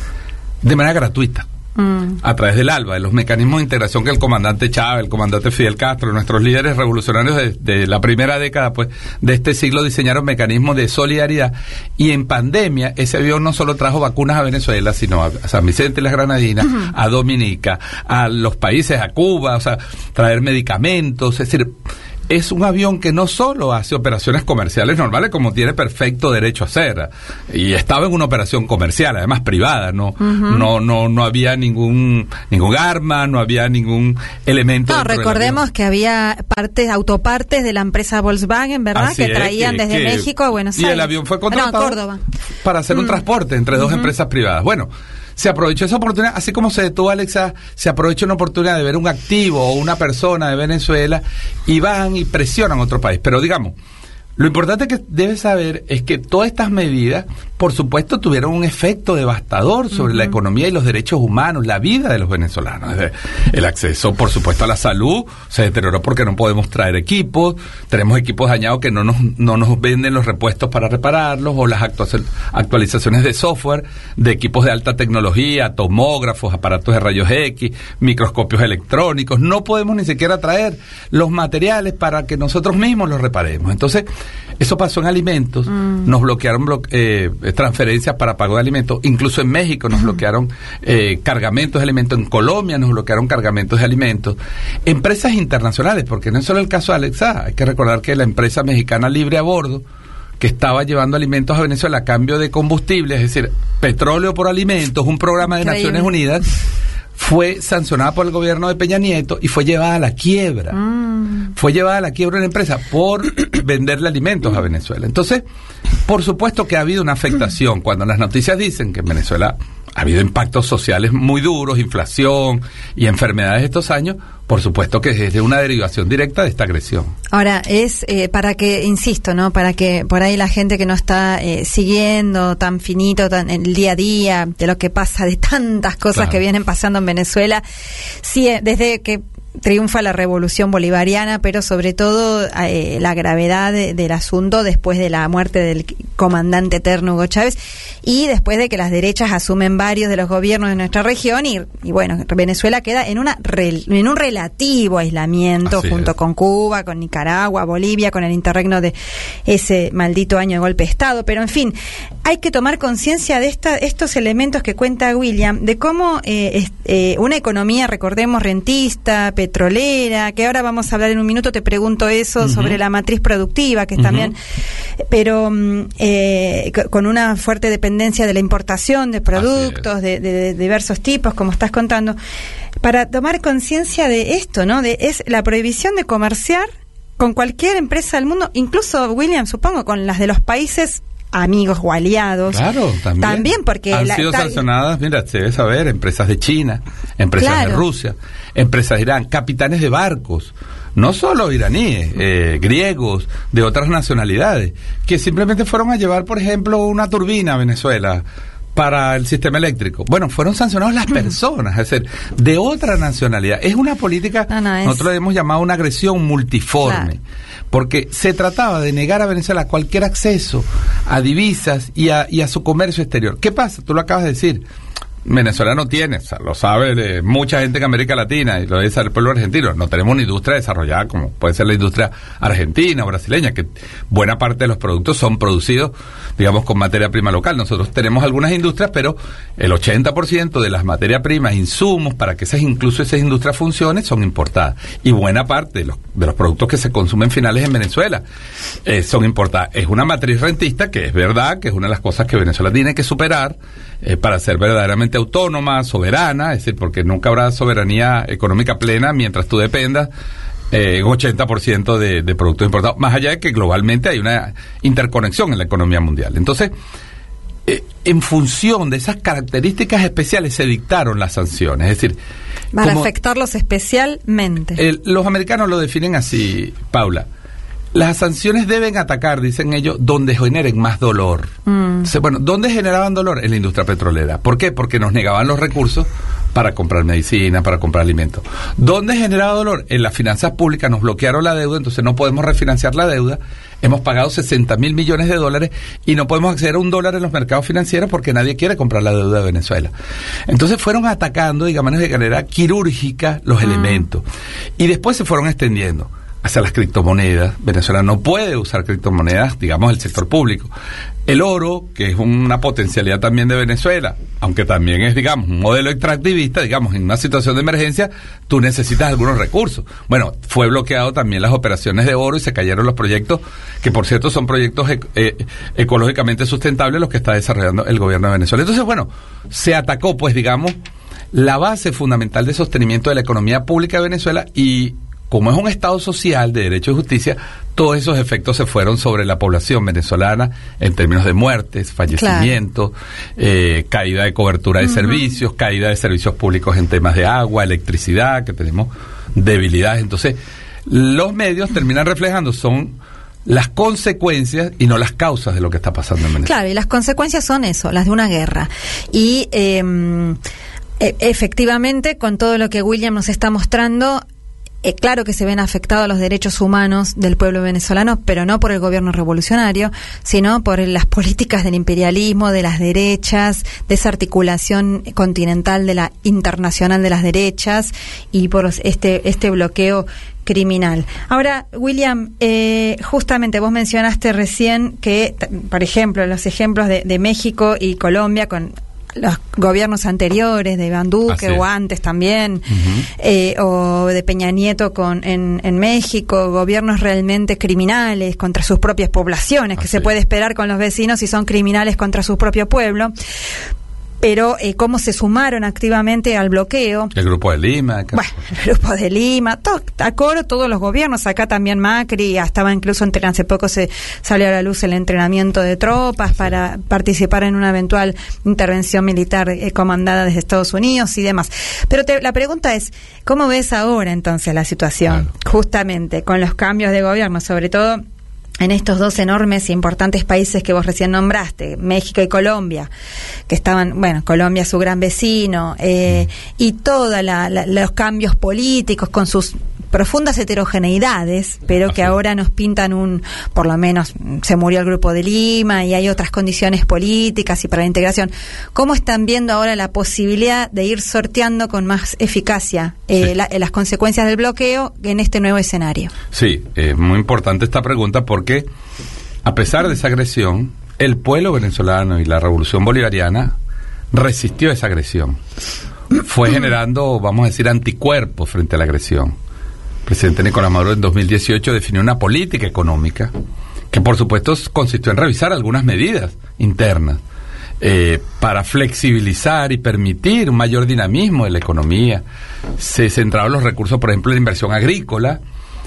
de manera gratuita. A través del ALBA, de los mecanismos de integración que el comandante Chávez, el comandante Fidel Castro, nuestros líderes revolucionarios de la primera década pues de este siglo diseñaron mecanismos de solidaridad, y en pandemia ese avión no solo trajo vacunas a Venezuela, sino a San Vicente y las Granadinas, a Dominica, a los países, a Cuba, o sea, traer medicamentos, es decir, es un avión que no solo hace operaciones comerciales normales, como tiene perfecto derecho a hacer, y estaba en una operación comercial, además privada, no había ningún arma, no había ningún elemento. No, recordemos que había autopartes de la empresa Volkswagen, ¿verdad? Así que traían desde México a Buenos Aires. Y el avión fue contratado a Córdoba para hacer un transporte entre dos empresas privadas. Bueno, se aprovechó esa oportunidad, así como se detuvo Alexa, se aprovechó una oportunidad de ver un activo o una persona de Venezuela y van y presionan a otro país. Pero digamos, lo importante que debes saber es que todas estas medidas por supuesto, tuvieron un efecto devastador sobre la economía y los derechos humanos, la vida de los venezolanos. El acceso, por supuesto, a la salud se deterioró porque no podemos traer equipos, tenemos equipos dañados que no nos venden los repuestos para repararlos, o las actualizaciones de software, de equipos de alta tecnología, tomógrafos, aparatos de rayos X, microscopios electrónicos. No podemos ni siquiera traer los materiales para que nosotros mismos los reparemos. Entonces, eso pasó en alimentos, nos bloquearon transferencias para pago de alimentos, incluso en México nos bloquearon cargamentos de alimentos, en Colombia nos bloquearon cargamentos de alimentos, empresas internacionales, porque no es solo el caso de Alexa, hay que recordar que la empresa mexicana Libre a Bordo, que estaba llevando alimentos a Venezuela a cambio de combustible, es decir, petróleo por alimentos, un programa de Naciones Unidas, fue sancionada por el gobierno de Peña Nieto y fue llevada a la quiebra. Fue llevada a la quiebra una empresa por venderle alimentos a Venezuela. Entonces, por supuesto que ha habido una afectación. Cuando las noticias dicen que en Venezuela ha habido impactos sociales muy duros, inflación y enfermedades estos años, por supuesto que es de una derivación directa de esta agresión. Ahora, es para que, insisto, ¿no? Para que por ahí la gente que no está siguiendo tan finito el día a día de lo que pasa, de tantas cosas que vienen pasando en Venezuela, sí, desde que triunfa la revolución bolivariana, pero sobre todo la gravedad del asunto después de la muerte del comandante eterno Hugo Chávez y después de que las derechas asumen varios de los gobiernos de nuestra región y bueno, Venezuela queda en un relativo aislamiento junto con Cuba, con Nicaragua, Bolivia, con el interregno de ese maldito año de golpe de Estado, pero en fin, hay que tomar conciencia de estos elementos que cuenta William, de cómo una economía, recordemos, rentista, petrolera, que ahora vamos a hablar en un minuto, te pregunto eso sobre la matriz productiva, que también, pero con una fuerte dependencia de la importación de productos de diversos tipos, como estás contando, para tomar conciencia de esto, ¿no? Es la prohibición de comerciar con cualquier empresa del mundo, incluso, William, supongo, con las de los países amigos o aliados. Claro, también porque han sido sancionadas, mira, se debe saber, empresas de China, empresas de Rusia, empresas de Irán, capitanes de barcos, no solo iraníes, griegos, de otras nacionalidades, que simplemente fueron a llevar, por ejemplo, una turbina a Venezuela para el sistema eléctrico. Bueno, fueron sancionados las personas, es decir, de otra nacionalidad. Es una política, nosotros le hemos llamado una agresión multiforme, porque se trataba de negar a Venezuela cualquier acceso a divisas y a su comercio exterior. ¿Qué pasa? Tú lo acabas de decir. Venezuela no tiene, o sea, lo sabe mucha gente en América Latina y lo debe saber el pueblo argentino, no tenemos una industria desarrollada como puede ser la industria argentina o brasileña, que buena parte de los productos son producidos, digamos, con materia prima local. Nosotros tenemos algunas industrias, pero el 80% de las materias primas, insumos, para que incluso esas industrias funcionen, son importadas. Y buena parte de los productos que se consumen finales en Venezuela son importadas. Es una matriz rentista, que es verdad, que es una de las cosas que Venezuela tiene que superar para ser verdaderamente autónoma, soberana, es decir, porque nunca habrá soberanía económica plena mientras tú dependas un 80% de productos importados, más allá de que globalmente hay una interconexión en la economía mundial. Entonces, en función de esas características especiales se dictaron las sanciones, es decir, para afectarlos especialmente. Los americanos lo definen así, Paula. Las sanciones deben atacar, dicen ellos, donde generen más dolor. Bueno, ¿dónde generaban dolor? En la industria petrolera. ¿Por qué? Porque nos negaban los recursos para comprar medicina, para comprar alimentos. ¿Dónde generaba dolor? En las finanzas públicas nos bloquearon la deuda, entonces no podemos refinanciar la deuda. Hemos pagado 60.000 millones de dólares y no podemos acceder a $1 en los mercados financieros porque nadie quiere comprar la deuda de Venezuela. Entonces fueron atacando, digamos, de manera quirúrgica los elementos. Y después se fueron extendiendo hacia las criptomonedas. Venezuela no puede usar criptomonedas, digamos, el sector público. El oro, que es una potencialidad también de Venezuela, aunque también es, digamos, un modelo extractivista, digamos, en una situación de emergencia, tú necesitas algunos recursos. Bueno, fue bloqueado también las operaciones de oro y se cayeron los proyectos, que por cierto son proyectos ecológicamente sustentables los que está desarrollando el gobierno de Venezuela. Entonces, bueno, se atacó, pues, digamos, la base fundamental de sostenimiento de la economía pública de Venezuela y como es un Estado social de derecho y justicia, todos esos efectos se fueron sobre la población venezolana en términos de muertes, fallecimientos, caída de cobertura de servicios, caída de servicios públicos en temas de agua, electricidad, que tenemos debilidades. Entonces, los medios terminan reflejando, son las consecuencias y no las causas de lo que está pasando en Venezuela. Claro, y las consecuencias son eso, las de una guerra. Y efectivamente, con todo lo que William nos está mostrando, claro que se ven afectados los derechos humanos del pueblo venezolano, pero no por el gobierno revolucionario, sino por las políticas del imperialismo, de las derechas, de esa articulación continental de la internacional de las derechas y por este bloqueo criminal. Ahora, William, justamente vos mencionaste recién que, por ejemplo, los ejemplos de México y Colombia con los gobiernos anteriores, de Iván Duque o antes también, o de Peña Nieto en México, gobiernos realmente criminales contra sus propias poblaciones, que se puede esperar con los vecinos si son criminales contra su propio pueblo. Pero cómo se sumaron activamente al bloqueo. El Grupo de Lima. Bueno, el Grupo de Lima, a coro todos los gobiernos, acá también Macri, estaba incluso hace poco se salió a la luz el entrenamiento de tropas para participar en una eventual intervención militar comandada desde Estados Unidos y demás. Pero la pregunta es, ¿cómo ves ahora entonces la situación? Justamente con los cambios de gobierno, sobre todo en estos dos enormes e importantes países que vos recién nombraste, México y Colombia, que estaban, bueno, Colombia su gran vecino, y todos los cambios políticos con sus profundas heterogeneidades, pero que ahora nos pintan por lo menos se murió el Grupo de Lima y hay otras condiciones políticas y para la integración. ¿Cómo están viendo ahora la posibilidad de ir sorteando con más eficacia las consecuencias del bloqueo en este nuevo escenario? Sí, es muy importante esta pregunta porque a pesar de esa agresión, el pueblo venezolano y la revolución bolivariana resistió esa agresión. Fue generando, vamos a decir, anticuerpos frente a la agresión. El presidente Nicolás Maduro en 2018 definió una política económica que por supuesto consistió en revisar algunas medidas internas para flexibilizar y permitir un mayor dinamismo de la economía. Se centraron los recursos, por ejemplo, en la inversión agrícola,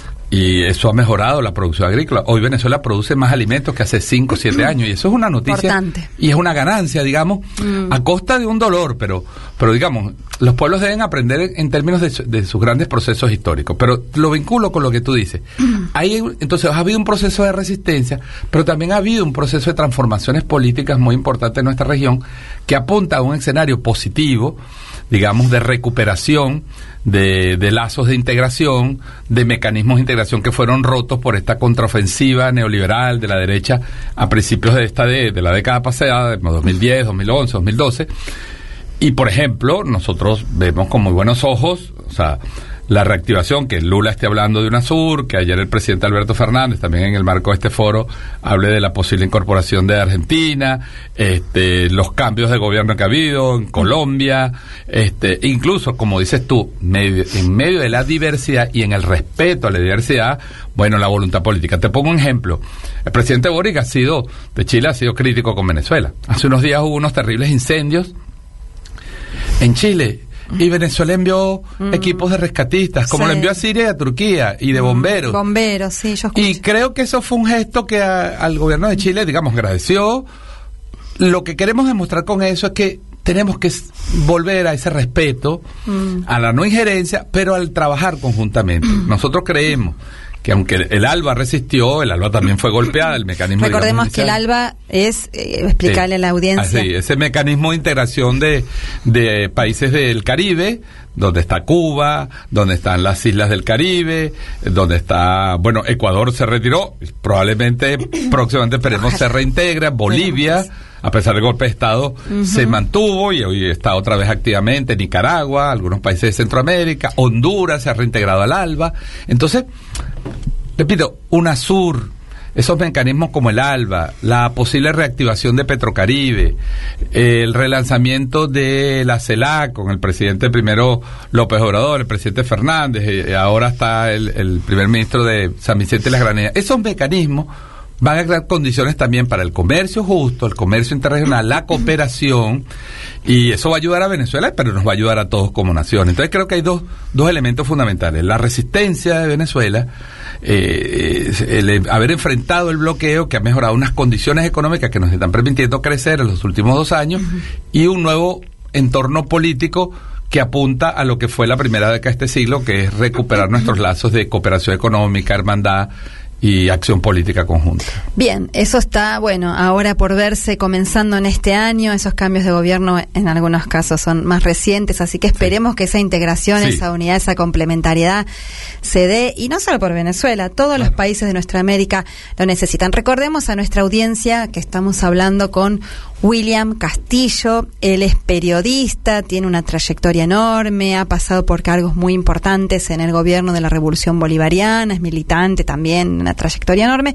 y eso ha mejorado la producción agrícola. Hoy Venezuela produce más alimentos que hace 5 o 7 años, y eso es una noticia importante. Y es una ganancia, digamos, a costa de un dolor, pero digamos, los pueblos deben aprender en términos de sus grandes procesos históricos. Pero lo vinculo con lo que tú dices. Entonces ha habido un proceso de resistencia, pero también ha habido un proceso de transformaciones políticas muy importante en nuestra región, que apunta a un escenario positivo, digamos, de recuperación de lazos de integración, de mecanismos de integración que fueron rotos por esta contraofensiva neoliberal de la derecha a principios de la década pasada, de 2010, 2011, 2012. Y, por ejemplo, nosotros vemos con muy buenos ojos, o sea, la reactivación, que Lula esté hablando de UNASUR, que ayer el presidente Alberto Fernández, también en el marco de este foro, hable de la posible incorporación de Argentina, los cambios de gobierno que ha habido en Colombia, incluso, como dices tú, en medio de la diversidad y en el respeto a la diversidad, bueno, la voluntad política. Te pongo un ejemplo. El presidente Boric de Chile ha sido crítico con Venezuela. Hace unos días hubo unos terribles incendios en Chile, y Venezuela envió equipos de rescatistas, como lo envió a Siria y a Turquía, y de bomberos. Bomberos, sí, yo escuché. Y creo que eso fue un gesto que al gobierno de Chile, digamos, agradeció. Lo que queremos demostrar con eso es que tenemos que volver a ese respeto, a la no injerencia, pero al trabajar conjuntamente. Nosotros creemos que aunque el ALBA resistió, el ALBA también fue golpeada, el mecanismo... Recordemos que el ALBA es, explicarle a la audiencia... ese mecanismo de integración de países del Caribe, donde está Cuba, donde están las islas del Caribe, donde está... Bueno, Ecuador se retiró, probablemente, próximamente esperemos se reintegra, Bolivia... A pesar del golpe de Estado, se mantuvo y hoy está otra vez activamente Nicaragua, algunos países de Centroamérica, Honduras se ha reintegrado al ALBA. Entonces, repito, UNASUR, esos mecanismos como el ALBA, la posible reactivación de Petrocaribe, el relanzamiento de la CELAC con el presidente primero López Obrador, el presidente Fernández, ahora está el primer ministro de San Vicente y las Granadinas. Esos mecanismos van a crear condiciones también para el comercio justo, el comercio interregional, la cooperación, y eso va a ayudar a Venezuela, pero nos va a ayudar a todos como nación. Entonces creo que hay dos elementos fundamentales. La resistencia de Venezuela, el haber enfrentado el bloqueo, que ha mejorado unas condiciones económicas que nos están permitiendo crecer en los últimos 2 años, y un nuevo entorno político que apunta a lo que fue la primera década de este siglo, que es recuperar nuestros lazos de cooperación económica, hermandad, y acción política conjunta. Bien, eso está, bueno, ahora por verse comenzando en este año. Esos cambios de gobierno en algunos casos son más recientes, así que esperemos que esa integración, esa unidad, esa complementariedad se dé, y no solo por Venezuela, todos los países de nuestra América lo necesitan. Recordemos a nuestra audiencia que estamos hablando con William Castillo. Él es periodista, tiene una trayectoria enorme, ha pasado por cargos muy importantes en el gobierno de la Revolución Bolivariana, es militante también, una trayectoria enorme,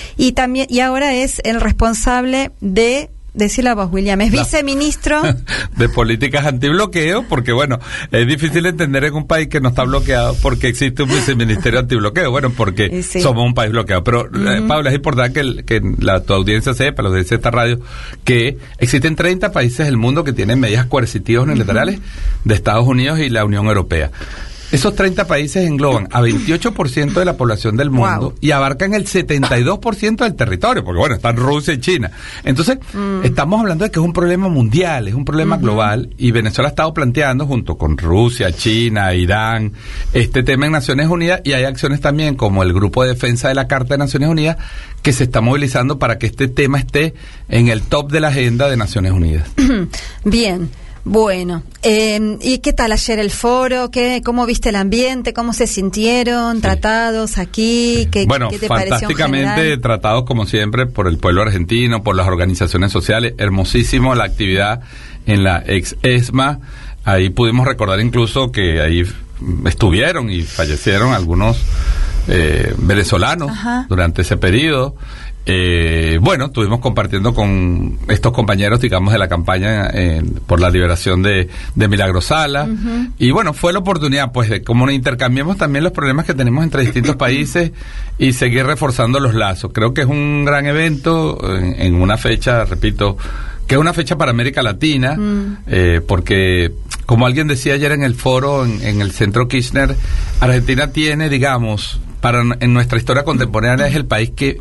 y ahora es el responsable de, decirlo a vos, William, es viceministro de políticas antibloqueo, porque bueno, es difícil entender en un país que no está bloqueado porque existe un viceministerio antibloqueo, bueno, porque somos un país bloqueado, pero Paula, es importante que tu audiencia sepa, los de esta radio, que existen 30 países del mundo que tienen medidas coercitivas unilaterales de Estados Unidos y la Unión Europea. Esos 30 países engloban a 28% de la población del mundo y abarcan el 72% del territorio, porque bueno, están Rusia y China. Entonces, estamos hablando de que es un problema mundial, es un problema global, y Venezuela ha estado planteando, junto con Rusia, China, Irán, este tema en Naciones Unidas, y hay acciones también como el Grupo de Defensa de la Carta de Naciones Unidas, que se está movilizando para que este tema esté en el top de la agenda de Naciones Unidas. Bien. Bueno, ¿y qué tal ayer el foro? ¿Cómo viste el ambiente? ¿Cómo se sintieron tratados aquí? ¿Qué te pareció fantásticamente tratados como siempre por el pueblo argentino, por las organizaciones sociales. Hermosísimo la actividad en la ex ESMA. Ahí pudimos recordar incluso que ahí estuvieron y fallecieron algunos venezolanos durante ese periodo. Bueno, estuvimos compartiendo con estos compañeros, digamos, de la campaña por la liberación de Milagro Sala, y bueno, fue la oportunidad, pues, de cómo intercambiemos también los problemas que tenemos entre distintos países y seguir reforzando los lazos. Creo que es un gran evento en una fecha, repito, que es una fecha para América Latina, porque, como alguien decía ayer en el foro, en el Centro Kirchner, Argentina tiene, digamos, en nuestra historia contemporánea, es el país que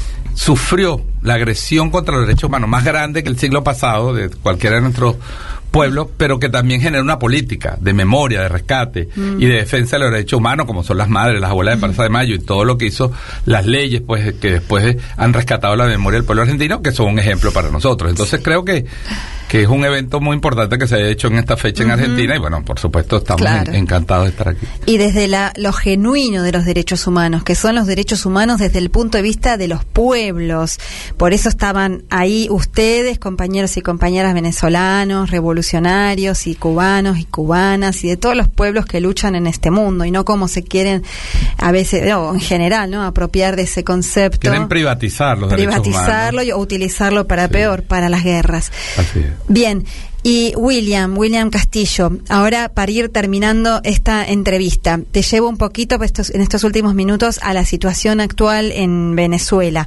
sufrió la agresión contra los derechos humanos más grande que el siglo pasado de cualquiera de nuestros pueblos, pero que también genera una política de memoria, de rescate y de defensa de los derechos humanos, como son las madres, las abuelas de Plaza de Mayo y todo lo que hizo las leyes, pues, que después han rescatado la memoria del pueblo argentino, que son un ejemplo para nosotros. Entonces creo que es un evento muy importante que se haya hecho en esta fecha en Argentina, y bueno, por supuesto estamos encantados de estar aquí. Y desde lo genuino de los derechos humanos, que son los derechos humanos desde el punto de vista de los pueblos. Por eso estaban ahí ustedes, compañeros y compañeras venezolanos, revolucionarios y cubanos y cubanas, y de todos los pueblos que luchan en este mundo, y no como se quieren a veces, en general, ¿no?, apropiar de ese concepto. Quieren privatizar los derechos humanos. O utilizarlo para peor, para las guerras. Así es. Bien, y William Castillo, ahora para ir terminando esta entrevista, te llevo un poquito en estos últimos minutos a la situación actual en Venezuela.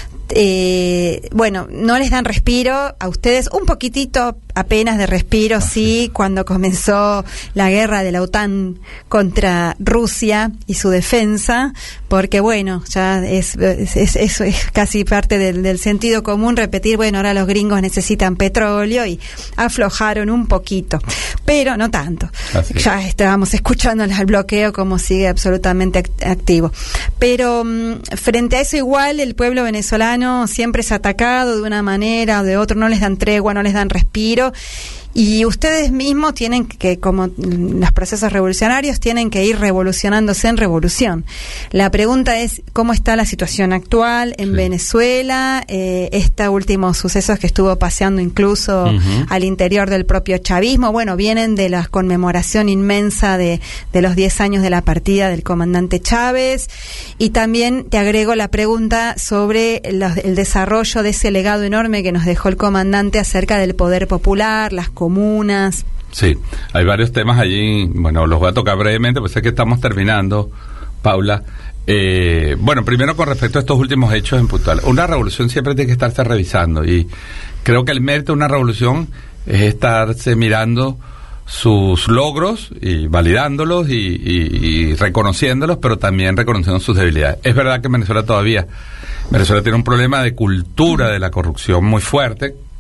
Bueno, no les dan respiro a ustedes, un poquitito apenas de respiro, sí, cuando comenzó la guerra de la OTAN contra Rusia y su defensa, porque bueno, ya es casi parte del sentido común repetir, bueno, ahora los gringos necesitan petróleo, y aflojaron un poquito, pero no tanto. Ya estábamos escuchando el bloqueo como sigue absolutamente activo. Pero frente a eso, igual el pueblo venezolano siempre es atacado de una manera o de otra, no les dan tregua, no les dan respiro. Y ustedes mismos tienen que, como los procesos revolucionarios, tienen que ir revolucionándose en revolución. La pregunta es, ¿cómo está la situación actual en Venezuela? Este último suceso que estuvo paseando incluso al interior del propio chavismo. Bueno, vienen de la conmemoración inmensa de los 10 años de la partida del comandante Chávez. Y también te agrego la pregunta sobre el desarrollo de ese legado enorme que nos dejó el comandante acerca del poder popular, las comunas. Sí, hay varios temas allí, bueno, los voy a tocar brevemente, pues es que estamos terminando, Paula. Bueno, primero con respecto a estos últimos hechos en puntual. Una revolución siempre tiene que estarse revisando, y creo que el mérito de una revolución es estarse mirando sus logros y validándolos y reconociéndolos, pero también reconociendo sus debilidades. Es verdad que Venezuela tiene un problema de cultura de la corrupción muy fuerte,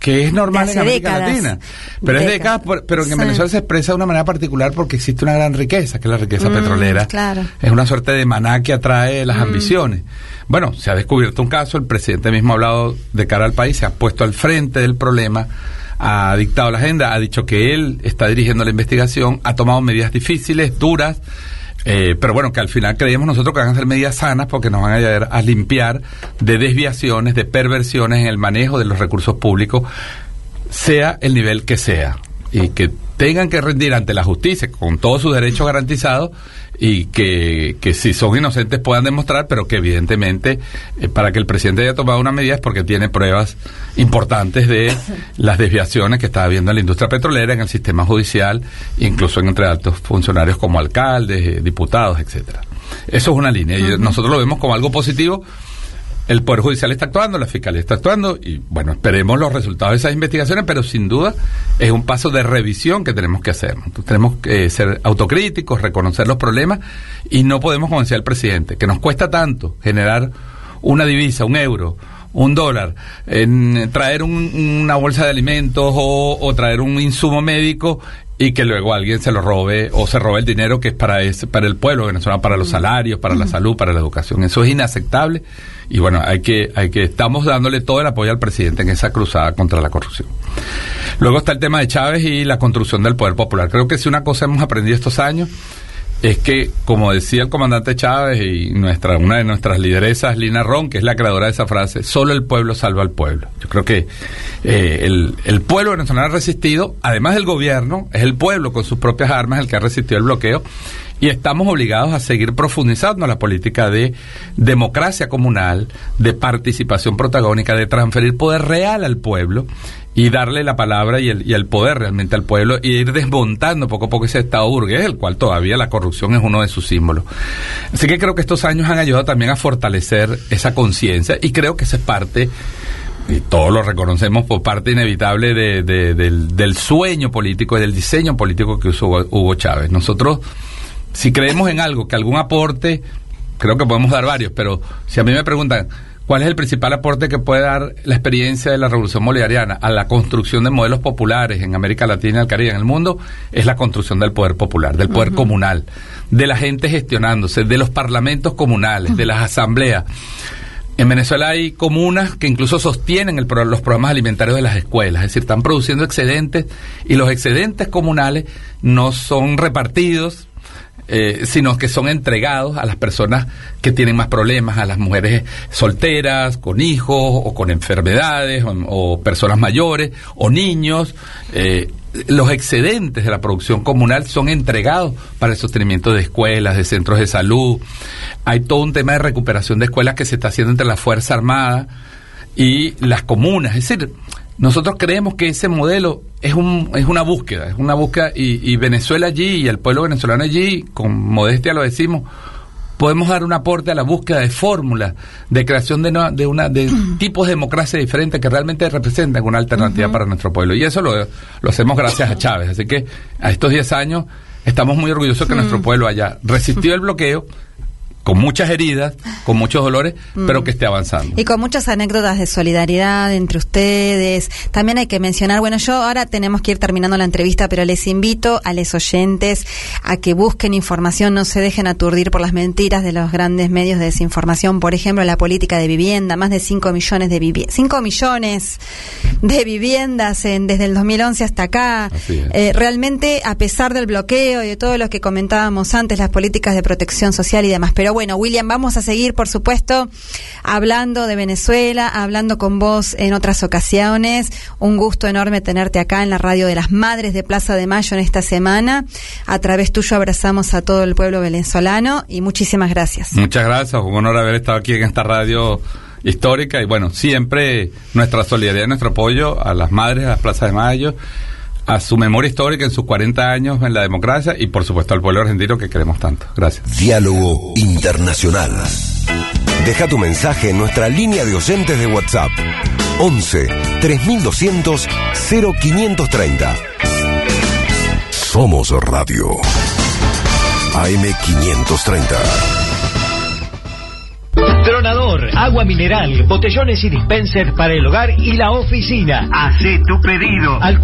que es normal en América décadas. Latina. Pero es décadas, pero que en Venezuela se expresa de una manera particular porque existe una gran riqueza, que es la riqueza petrolera. Claro. Es una suerte de maná que atrae las ambiciones. Bueno, se ha descubierto un caso, el presidente mismo ha hablado de cara al país, se ha puesto al frente del problema, ha dictado la agenda, ha dicho que él está dirigiendo la investigación, ha tomado medidas difíciles, duras, pero bueno, que al final creemos nosotros que van a ser medidas sanas porque nos van a ayudar a limpiar de desviaciones, de perversiones en el manejo de los recursos públicos, sea el nivel que sea, y que tengan que rendir ante la justicia con todos sus derechos garantizados, y que si son inocentes puedan demostrar, pero que evidentemente para que el presidente haya tomado una medida es porque tiene pruebas importantes de las desviaciones que está habiendo en la industria petrolera, en el sistema judicial, incluso entre altos funcionarios como alcaldes, diputados, etcétera. Eso es una línea, y nosotros lo vemos como algo positivo. El Poder Judicial está actuando, la Fiscalía está actuando, y bueno, esperemos los resultados de esas investigaciones, pero sin duda es un paso de revisión que tenemos que hacer. Entonces, tenemos que ser autocríticos, reconocer los problemas, y no podemos, como decía el presidente, que nos cuesta tanto generar una divisa, un euro, un dólar, traer una bolsa de alimentos o traer un insumo médico, y que luego alguien se lo robe o se robe el dinero que es para el pueblo venezolano, para los salarios, para la salud, para la educación. Eso es inaceptable, y bueno, estamos dándole todo el apoyo al presidente en esa cruzada contra la corrupción. Luego está el tema de Chávez y la construcción del poder popular. Creo que si una cosa hemos aprendido estos años es que, como decía el comandante Chávez y una de nuestras lideresas, Lina Ron, que es la creadora de esa frase, solo el pueblo salva al pueblo. Yo creo que el pueblo venezolano ha resistido, además del gobierno, es el pueblo con sus propias armas el que ha resistido el bloqueo, y estamos obligados a seguir profundizando la política de democracia comunal, de participación protagónica, de transferir poder real al pueblo y darle la palabra y el poder realmente al pueblo, y ir desmontando poco a poco ese estado burgués, el cual todavía la corrupción es uno de sus símbolos. Así que creo que estos años han ayudado también a fortalecer esa conciencia, y creo que esa es parte, y todos lo reconocemos, por parte inevitable del sueño político y del diseño político que usó Hugo Chávez. Nosotros, si creemos en algo, que algún aporte, creo que podemos dar varios, pero si a mí me preguntan ¿cuál es el principal aporte que puede dar la experiencia de la Revolución Bolivariana a la construcción de modelos populares en América Latina, el Caribe, en el mundo? Es la construcción del poder popular, del poder comunal, de la gente gestionándose, de los parlamentos comunales, de las asambleas. En Venezuela hay comunas que incluso sostienen los programas alimentarios de las escuelas, es decir, están produciendo excedentes, y los excedentes comunales no son repartidos, sino que son entregados a las personas que tienen más problemas, a las mujeres solteras, con hijos, o con enfermedades, o personas mayores, o niños. Los excedentes de la producción comunal son entregados para el sostenimiento de escuelas, de centros de salud. Hay todo un tema de recuperación de escuelas que se está haciendo entre la Fuerza Armada y las comunas. Es decir, nosotros creemos que ese modelo es una búsqueda, y Venezuela allí, y el pueblo venezolano allí, con modestia lo decimos, podemos dar un aporte a la búsqueda de fórmulas de creación de tipos de democracia diferentes que realmente representen una alternativa para nuestro pueblo, y eso lo hacemos gracias a Chávez. Así que a estos 10 años estamos muy orgullosos que nuestro pueblo haya resistido el bloqueo, con muchas heridas, con muchos dolores, pero que esté avanzando. Y con muchas anécdotas de solidaridad entre ustedes. También hay que mencionar, bueno, yo ahora tenemos que ir terminando la entrevista, pero les invito a los oyentes a que busquen información, no se dejen aturdir por las mentiras de los grandes medios de desinformación. Por ejemplo, la política de vivienda, más de 5 millones de viviendas. 5 millones de viviendas desde el 2011 hasta acá. Realmente, a pesar del bloqueo y de todo lo que comentábamos antes, las políticas de protección social y demás. Pero bueno, William, vamos a seguir, por supuesto, hablando de Venezuela, hablando con vos en otras ocasiones. Un gusto enorme tenerte acá en la radio de las Madres de Plaza de Mayo en esta semana. A través tuyo abrazamos a todo el pueblo venezolano, y muchísimas gracias. Muchas gracias, un honor haber estado aquí en esta radio histórica, y bueno, siempre nuestra solidaridad y nuestro apoyo a las Madres de las Plazas de Mayo, a su memoria histórica en sus 40 años en la democracia, y por supuesto al pueblo argentino que queremos tanto. Gracias. Diálogo Internacional. Deja tu mensaje en nuestra línea de oyentes de WhatsApp 11 3200 0530. Somos Radio AM 530. Tronador, agua mineral, botellones y dispensers para el hogar y la oficina. Hacé tu pedido al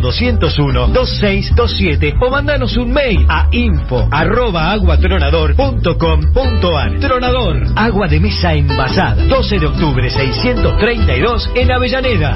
4201-2627 o mandanos un mail a info@aguatronador.com.ar. Tronador, agua de mesa envasada. 12 de octubre 632 en Avellaneda.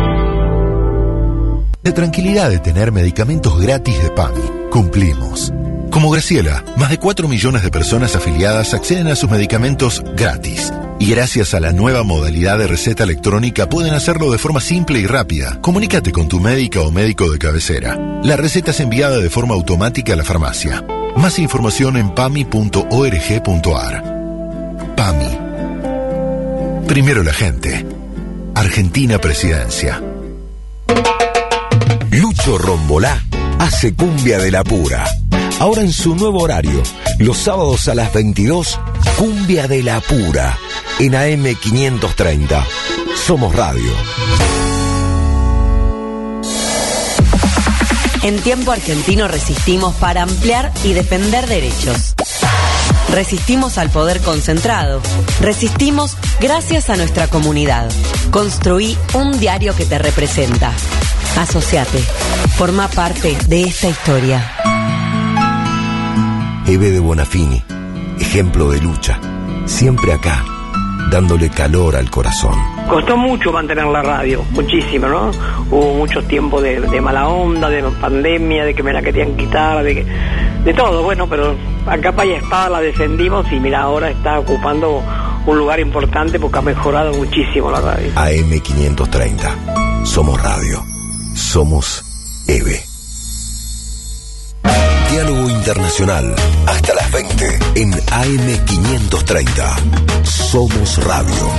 La tranquilidad de tener medicamentos gratis de PAMI. Cumplimos. Como Graciela, más de 4 millones de personas afiliadas acceden a sus medicamentos gratis. Y gracias a la nueva modalidad de receta electrónica pueden hacerlo de forma simple y rápida. Comunícate con tu médica o médico de cabecera. La receta es enviada de forma automática a la farmacia. Más información en pami.org.ar. PAMI. Primero la gente. Argentina Presidencia. Lucho Rombolá hace Cumbia de la Pura. Ahora en su nuevo horario, los sábados a las 22, Cumbia de la Pura, en AM 530. Somos Radio. En Tiempo Argentino resistimos para ampliar y defender derechos. Resistimos al poder concentrado. Resistimos gracias a nuestra comunidad. Construí un diario que te representa. Asociate. Forma parte de esta historia. Eve de Bonafini, ejemplo de lucha, siempre acá, dándole calor al corazón. Costó mucho mantener la radio, muchísimo, ¿no? Hubo muchos tiempos de mala onda, de pandemia, de que me la querían quitar, de todo, bueno, pero a capa y espada la defendimos y mira, ahora está ocupando un lugar importante porque ha mejorado muchísimo la radio. AM 530, somos radio, somos EVE. Diálogo Internacional, hasta las 20, en AM 530. Somos Radio.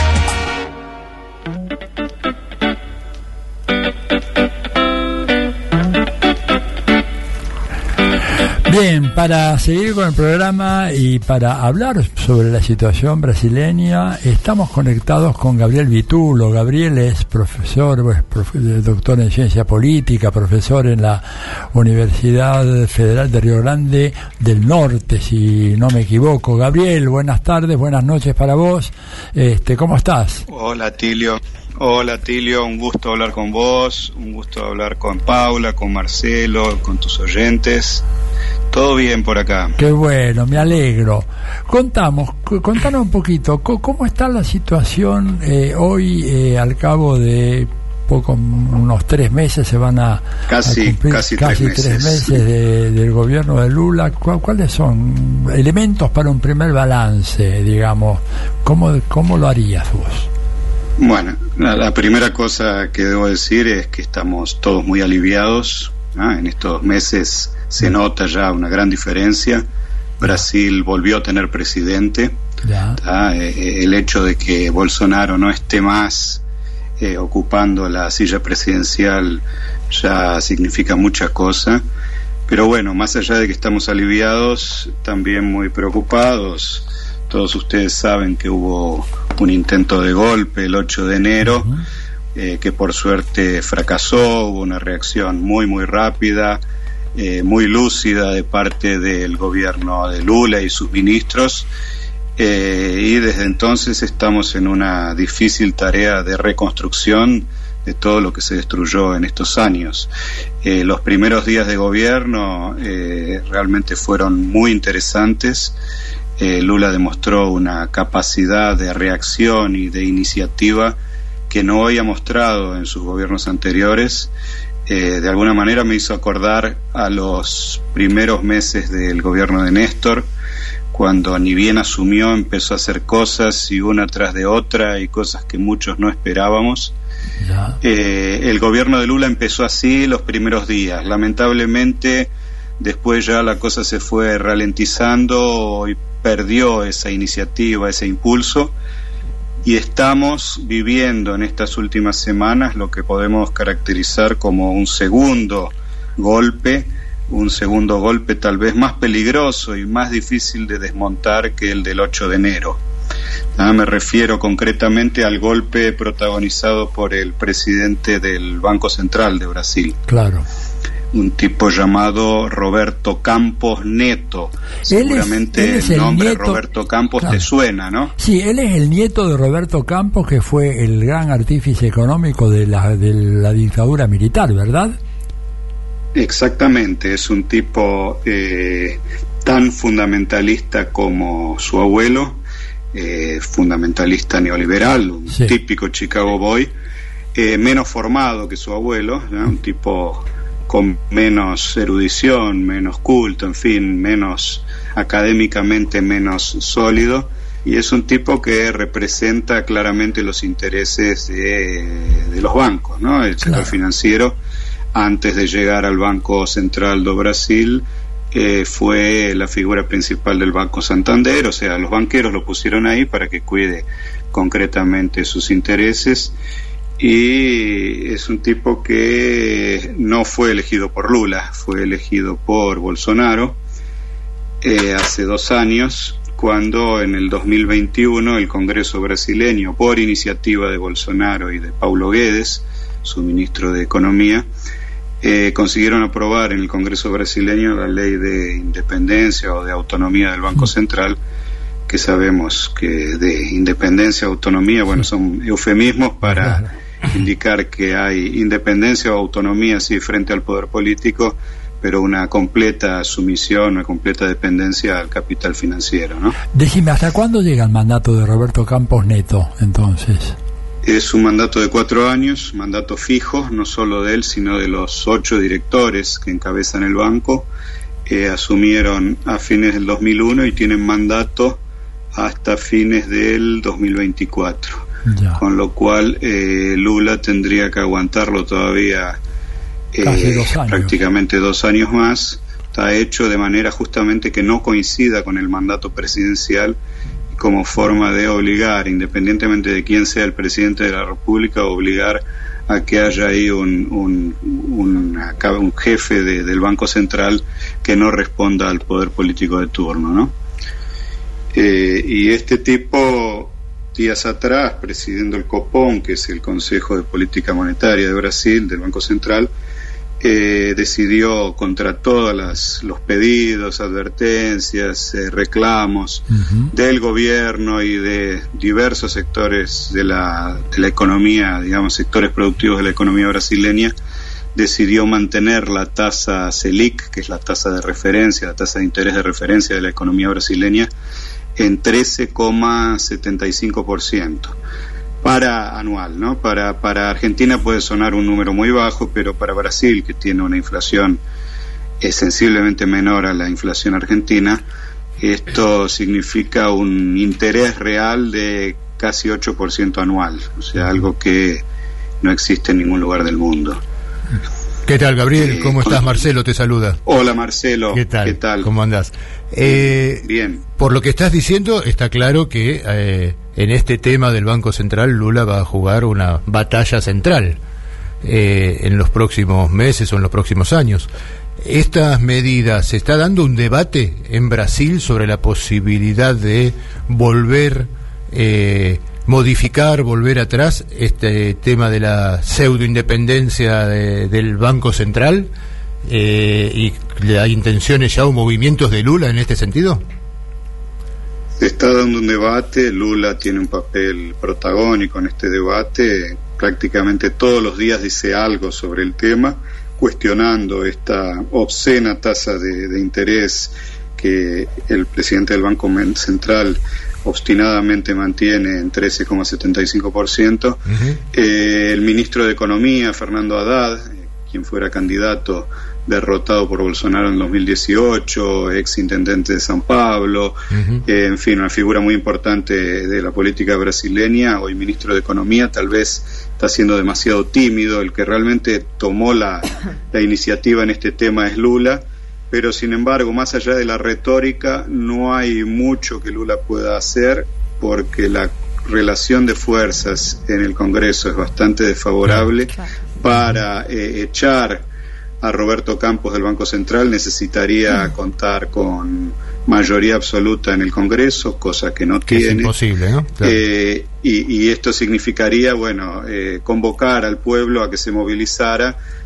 Bien, para seguir con el programa y para hablar sobre la situación brasileña, estamos conectados con Gabriel Vitulo. Gabriel es profesor, doctor en ciencia política, profesor en la Universidad Federal de Río Grande del Norte, si no me equivoco. Gabriel, buenas tardes, buenas noches para vos. ¿Cómo estás? Hola, Tilio. Hola, Tilio, un gusto hablar con vos, un gusto hablar con Paula, con Marcelo, con tus oyentes. Todo bien por acá. Qué bueno, me alegro. Contanos un poquito, ¿cómo está la situación hoy al cabo de unos 3 meses se van a cumplir, casi 3 meses del gobierno de Lula? ¿Cuáles son elementos para un primer balance, digamos? ¿Cómo lo harías vos? Bueno, la primera cosa que debo decir es que estamos todos muy aliviados, ¿no? En estos meses se nota ya una gran diferencia. Brasil volvió a tener presidente. El hecho de que Bolsonaro no esté más ocupando la silla presidencial ya significa mucha cosa. Pero bueno, más allá de que estamos aliviados, también muy preocupados. Todos ustedes saben que hubo un intento de golpe el 8 de enero, que por suerte fracasó. Hubo una reacción muy rápida, muy lúcida de parte del gobierno de Lula y sus ministros, y desde entonces estamos en una difícil tarea de reconstrucción de todo lo que se destruyó en estos años. Los primeros días de gobierno realmente fueron muy interesantes. Lula demostró una capacidad de reacción y de iniciativa que no había mostrado en sus gobiernos anteriores. De alguna manera me hizo acordar a los primeros meses del gobierno de Néstor, cuando ni bien asumió empezó a hacer cosas y una tras de otra, y cosas que muchos no esperábamos. El gobierno de Lula empezó así los primeros días. Lamentablemente después ya la cosa se fue ralentizando y perdió esa iniciativa, ese impulso, y estamos viviendo en estas últimas semanas lo que podemos caracterizar como un segundo golpe tal vez más peligroso y más difícil de desmontar que el del 8 de enero. Me refiero concretamente al golpe protagonizado por el presidente del Banco Central de Brasil. Claro. un tipo llamado Roberto Campos Neto. Seguramente el nombre nieto, Roberto Campos, claro, te suena, ¿no? Sí, él es el nieto de Roberto Campos, que fue el gran artífice económico de la dictadura militar, ¿verdad? Exactamente, es un tipo tan fundamentalista como su abuelo, fundamentalista neoliberal, un típico Chicago Boy, menos formado que su abuelo, ¿no? Un tipo con menos erudición, menos culto, en fin, menos académicamente menos sólido, y es un tipo que representa claramente los intereses de los bancos, ¿no? El sector financiero, antes de llegar al Banco Central do Brasil, fue la figura principal del Banco Santander, o sea, los banqueros lo pusieron ahí para que cuide concretamente sus intereses, y es un tipo que no fue elegido por Lula, fue elegido por Bolsonaro hace 2 años, cuando en el 2021 el Congreso brasileño, por iniciativa de Bolsonaro y de Paulo Guedes, su ministro de Economía, consiguieron aprobar en el Congreso brasileño la ley de independencia o de autonomía del Banco Central, que sabemos que de independencia o autonomía, bueno, son eufemismos para indicar que hay independencia o autonomía, sí, frente al poder político, pero una completa sumisión, una completa dependencia al capital financiero, ¿no? Decime, ¿hasta cuándo llega el mandato de Roberto Campos Neto, entonces? Es un mandato de 4 años, mandato fijo, no solo de él, sino de los 8 directores que encabezan el banco. Asumieron a fines del 2001 y tienen mandato hasta fines del 2024. Ya. Con lo cual Lula tendría que aguantarlo todavía prácticamente 2 años más. Está hecho de manera justamente que no coincida con el mandato presidencial, como forma de obligar, independientemente de quién sea el presidente de la República, obligar a que haya ahí un jefe del Banco Central que no responda al poder político de turno, ¿no? Y este tipo, días atrás, presidiendo el Copom, que es el Consejo de Política Monetaria de Brasil, del Banco Central, decidió, contra todos los pedidos, advertencias, reclamos del gobierno y de diversos sectores de la economía, digamos, sectores productivos de la economía brasileña, decidió mantener la tasa Selic, que es la tasa de referencia, la tasa de interés de referencia de la economía brasileña, en 13,75%. Para anual, ¿no? Para Argentina puede sonar un número muy bajo, pero para Brasil, que tiene una inflación sensiblemente menor a la inflación argentina, esto significa un interés real de casi 8% anual, o sea, algo que no existe en ningún lugar del mundo. ¿Qué tal, Gabriel? ¿Cómo estás? Marcelo te saluda. Hola, Marcelo. ¿Qué tal? ¿Cómo andás? Bien. Por lo que estás diciendo, está claro que en este tema del Banco Central Lula va a jugar una batalla central en los próximos meses o en los próximos años. Estas medidas, ¿se está dando un debate en Brasil sobre la posibilidad de volver modificar, volver atrás este tema de la pseudo-independencia del Banco Central, y hay intenciones ya o movimientos de Lula en este sentido? Se está dando un debate, Lula tiene un papel protagónico en este debate, prácticamente todos los días dice algo sobre el tema, cuestionando esta obscena tasa de interés que el presidente del Banco Central obstinadamente mantiene en 13,75%. El ministro de Economía, Fernando Haddad, quien fuera candidato derrotado por Bolsonaro en 2018, ex intendente de San Pablo, en fin, una figura muy importante de la política brasileña, hoy ministro de Economía, tal vez está siendo demasiado tímido. El que realmente tomó la iniciativa en este tema es Lula, pero sin embargo, más allá de la retórica, no hay mucho que Lula pueda hacer, porque la relación de fuerzas en el Congreso es bastante desfavorable. Para echar a Roberto Campos del Banco Central necesitaría contar con mayoría absoluta en el Congreso, cosa que no tiene. Es imposible, ¿no? Claro. Y esto significaría, bueno, convocar al pueblo a que se movilizara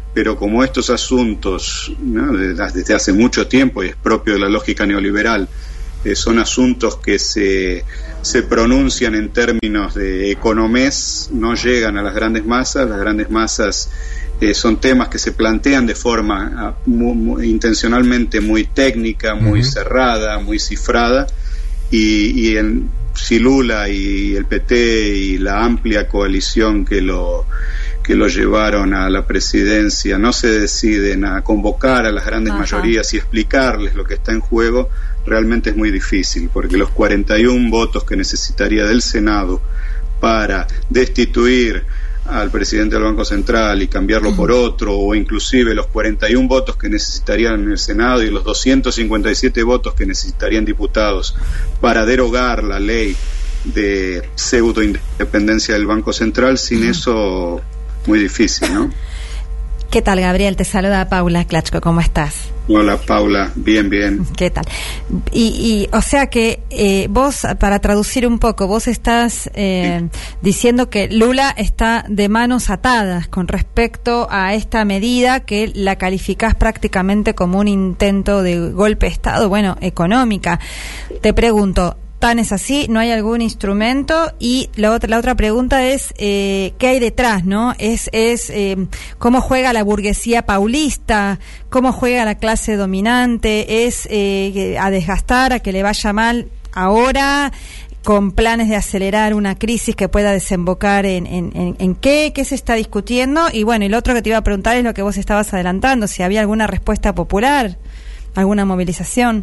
pero como estos asuntos, ¿no?, desde hace mucho tiempo, y es propio de la lógica neoliberal, son asuntos que se pronuncian en términos de economés, no llegan a las grandes masas. Las grandes masas son temas que se plantean de forma intencionalmente muy técnica, muy cerrada, muy cifrada, y si Lula y el PT y la amplia coalición que lo llevaron a la presidencia no se deciden a convocar a las grandes mayorías y explicarles lo que está en juego, realmente es muy difícil, porque los 41 votos que necesitaría del Senado para destituir al presidente del Banco Central y cambiarlo por otro, o inclusive los 41 votos que necesitarían en el Senado y los 257 votos que necesitarían diputados para derogar la ley de pseudo independencia del Banco Central, sin eso muy difícil, ¿no? ¿Qué tal, Gabriel? Te saluda Paula Klachko, ¿cómo estás? Hola, Paula, bien. ¿Qué tal? Y o sea que vos, para traducir un poco, vos estás diciendo que Lula está de manos atadas con respecto a esta medida que la calificás prácticamente como un intento de golpe de Estado, bueno, económica. Te pregunto, ¿tan es así? ¿No hay algún instrumento? Y la otra pregunta es, ¿qué hay detrás, no? Es ¿cómo juega la burguesía paulista? ¿Cómo juega la clase dominante? ¿Es a desgastar, a que le vaya mal ahora, con planes de acelerar una crisis que pueda desembocar en qué se está discutiendo? Y bueno, y lo otro que te iba a preguntar es lo que vos estabas adelantando, si había alguna respuesta popular, alguna movilización.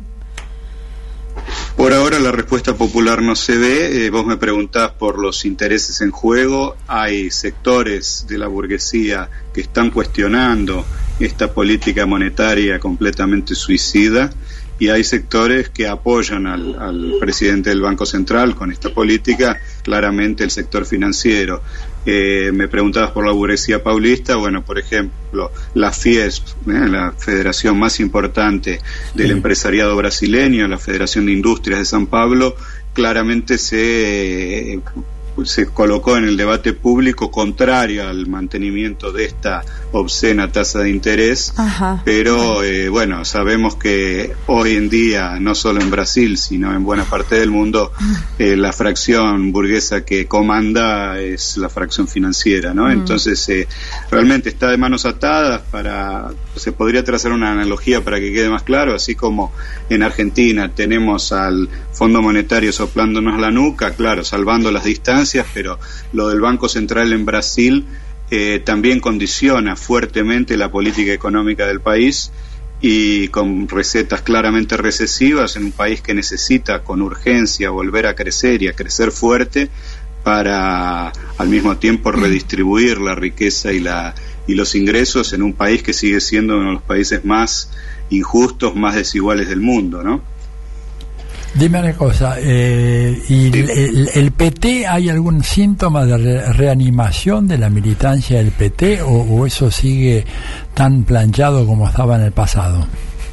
Por ahora la respuesta popular no se ve. Vos me preguntás por los intereses en juego. Hay sectores de la burguesía que están cuestionando esta política monetaria completamente suicida, y hay sectores que apoyan al presidente del Banco Central con esta política, claramente el sector financiero. Me preguntabas por la burguesía paulista. Bueno, por ejemplo, la Fiesp, la federación más importante del empresariado brasileño, la Federación de Industrias de San Pablo, claramente se colocó en el debate público contrario al mantenimiento de esta obscena tasa de interés. Pero bueno, sabemos que hoy en día, no solo en Brasil, sino en buena parte del mundo, la fracción burguesa que comanda es la fracción financiera, ¿no? Entonces, realmente está de manos atadas. Se podría trazar una analogía para que quede más claro, así como en Argentina tenemos al Fondo Monetario soplándonos la nuca, claro, salvando las distancias, pero lo del Banco Central en Brasil también condiciona fuertemente la política económica del país, y con recetas claramente recesivas en un país que necesita con urgencia volver a crecer y a crecer fuerte para al mismo tiempo redistribuir la riqueza y los ingresos en un país que sigue siendo uno de los países más injustos, más desiguales del mundo, ¿no? Dime una cosa, ¿y el PT, hay algún síntoma de reanimación de la militancia del PT o eso sigue tan planchado como estaba en el pasado?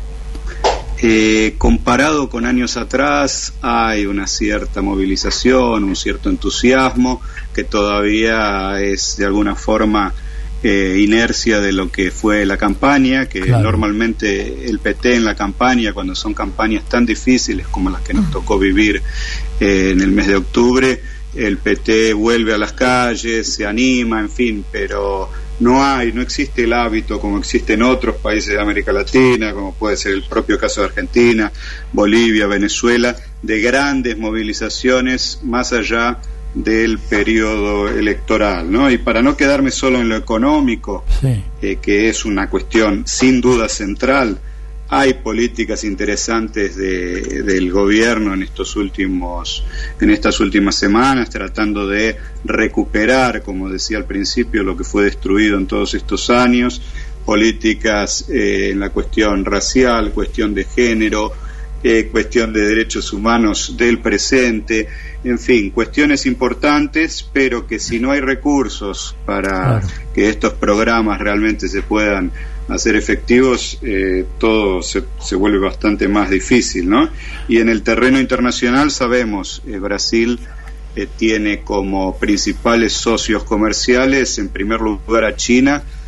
Comparado con años atrás, hay una cierta movilización, un cierto entusiasmo, que todavía es de alguna forma inercia de lo que fue la campaña, que normalmente el PT en la campaña, cuando son campañas tan difíciles como las que nos tocó vivir en el mes de octubre, el PT vuelve a las calles, se anima, en fin, pero no existe el hábito como existe en otros países de América Latina, como puede ser el propio caso de Argentina, Bolivia, Venezuela, de grandes movilizaciones más allá del periodo electoral, ¿no? Y para no quedarme solo en lo económico, que es una cuestión sin duda central, hay políticas interesantes del gobierno en estas últimas semanas, tratando de recuperar, como decía al principio, lo que fue destruido en todos estos años, políticas en la cuestión racial, cuestión de género, cuestión de derechos humanos del presente, en fin, cuestiones importantes, pero que si no hay recursos para que estos programas realmente se puedan hacer efectivos, todo se vuelve bastante más difícil, ¿no? Y en el terreno internacional sabemos, Brasil tiene como principales socios comerciales, en primer lugar a China,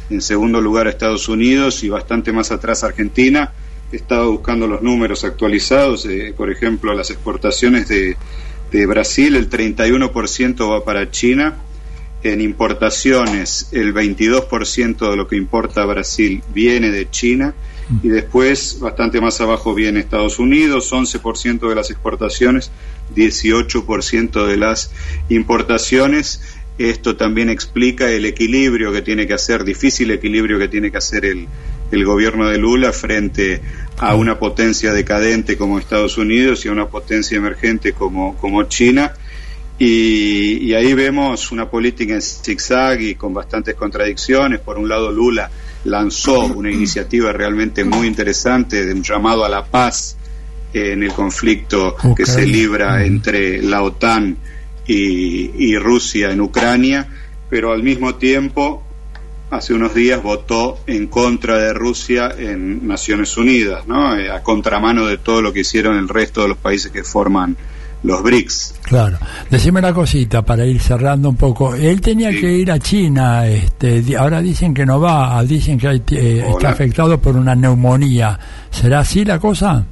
en segundo lugar a Estados Unidos y bastante más atrás Argentina. He estado buscando los números actualizados, por ejemplo, las exportaciones de Brasil, el 31% va para China. En importaciones, el 22% de lo que importa Brasil viene de China. Y después, bastante más abajo, viene Estados Unidos, 11% de las exportaciones, 18% de las importaciones. Esto también explica el equilibrio que tiene que hacer, difícil equilibrio que tiene que hacer el gobierno de Lula frente a una potencia decadente como Estados Unidos y a una potencia emergente como China. Y ahí vemos una política en zigzag y con bastantes contradicciones. Por un lado, Lula lanzó una iniciativa realmente muy interesante de un llamado a la paz en el conflicto que se libra entre la OTAN y Rusia en Ucrania, pero al mismo tiempo hace unos días votó en contra de Rusia en Naciones Unidas, ¿no? A contramano de todo lo que hicieron el resto de los países que forman los BRICS. Claro. Decime una cosita para ir cerrando un poco. Él tenía que ir a China, ahora dicen que no va, dicen que está afectado por una neumonía. ¿Será así la cosa?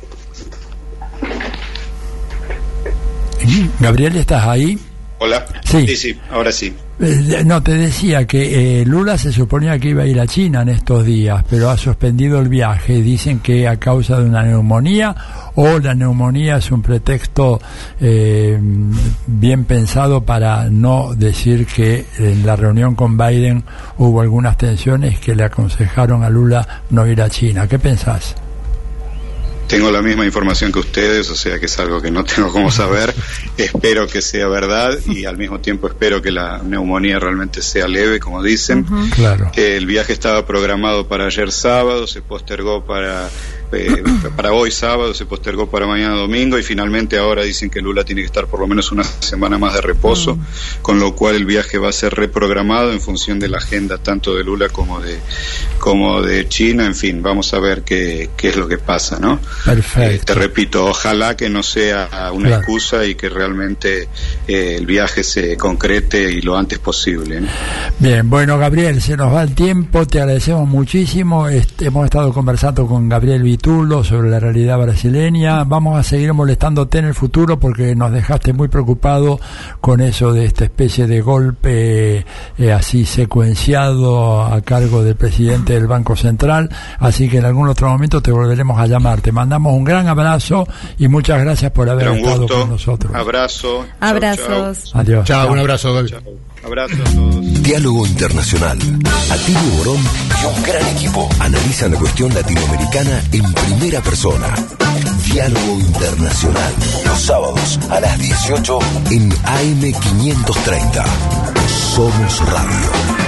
Gabriel, ¿estás ahí? Hola. Sí, ahora sí. No, te decía que Lula se suponía que iba a ir a China en estos días, pero ha suspendido el viaje. Dicen que a causa de una neumonía, o la neumonía es un pretexto bien pensado para no decir que en la reunión con Biden hubo algunas tensiones que le aconsejaron a Lula no ir a China. ¿Qué pensás? Tengo la misma información que ustedes, o sea que es algo que no tengo cómo saber. Espero que sea verdad y al mismo tiempo espero que la neumonía realmente sea leve, como dicen. Claro. El viaje estaba programado para ayer sábado, se postergó para hoy sábado, se postergó para mañana domingo y finalmente ahora dicen que Lula tiene que estar por lo menos una semana más de reposo, con lo cual el viaje va a ser reprogramado en función de la agenda tanto de Lula como de China. En fin, vamos a ver qué es lo que pasa, ¿no? Perfecto. Te repito, ojalá que no sea una excusa y que realmente el viaje se concrete y lo antes posible, ¿no? Bien, bueno, Gabriel, se nos va el tiempo, te agradecemos muchísimo. Hemos estado conversando con Gabriel Vitulo sobre la realidad brasileña. Vamos a seguir molestándote en el futuro porque nos dejaste muy preocupado con eso de esta especie de golpe así secuenciado a cargo del presidente del Banco Central, así que en algún otro momento te volveremos a llamar. Te mandamos un gran abrazo y muchas gracias por haber estado con nosotros. Abrazo. Abrazos. Chau. Adiós. Chao, un abrazo, Gaby. Abrazo a todos. Diálogo Internacional. Atilio Borón y un gran equipo analizan la cuestión latinoamericana en primera persona. Diálogo Internacional. Los sábados a las 18 en AM530. Somos Radio.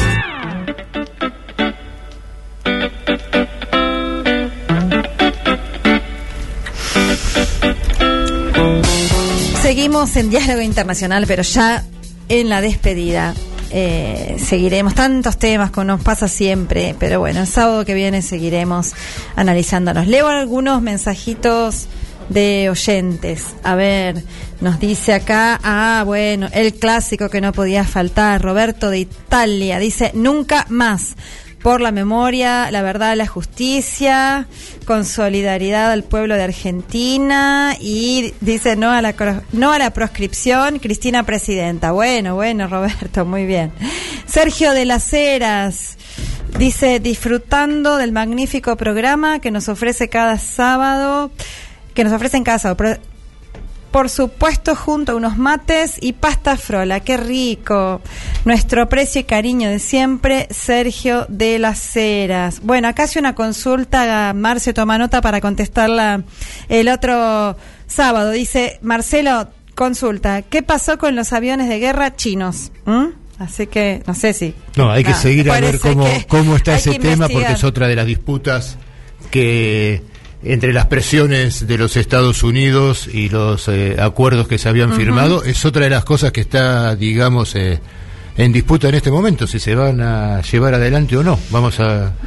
Seguimos en Diálogo Internacional, pero ya en la despedida. Seguiremos tantos temas como nos pasa siempre, pero bueno, el sábado que viene seguiremos analizándonos. Leo algunos mensajitos de oyentes. A ver, nos dice acá, bueno, el clásico que no podía faltar, Roberto de Italia, dice, nunca más. Por la memoria, la verdad, la justicia, con solidaridad al pueblo de Argentina y dice no a la proscripción, Cristina Presidenta. Bueno, Roberto, muy bien. Sergio de las Heras dice, disfrutando del magnífico programa que nos ofrece cada sábado, por supuesto, junto a unos mates y pasta frola. ¡Qué rico! Nuestro aprecio y cariño de siempre, Sergio de las Heras. Bueno, acá hace una consulta, Marcio, toma nota para contestarla el otro sábado. Dice, Marcelo, consulta, ¿qué pasó con los aviones de guerra chinos? Así que, no sé si... No, hay que seguir a ver cómo está ese tema, porque es otra de las disputas que... entre las presiones de los Estados Unidos y los acuerdos que se habían firmado, es otra de las cosas que está, digamos, en disputa en este momento, si se van a llevar adelante o no. Vamos a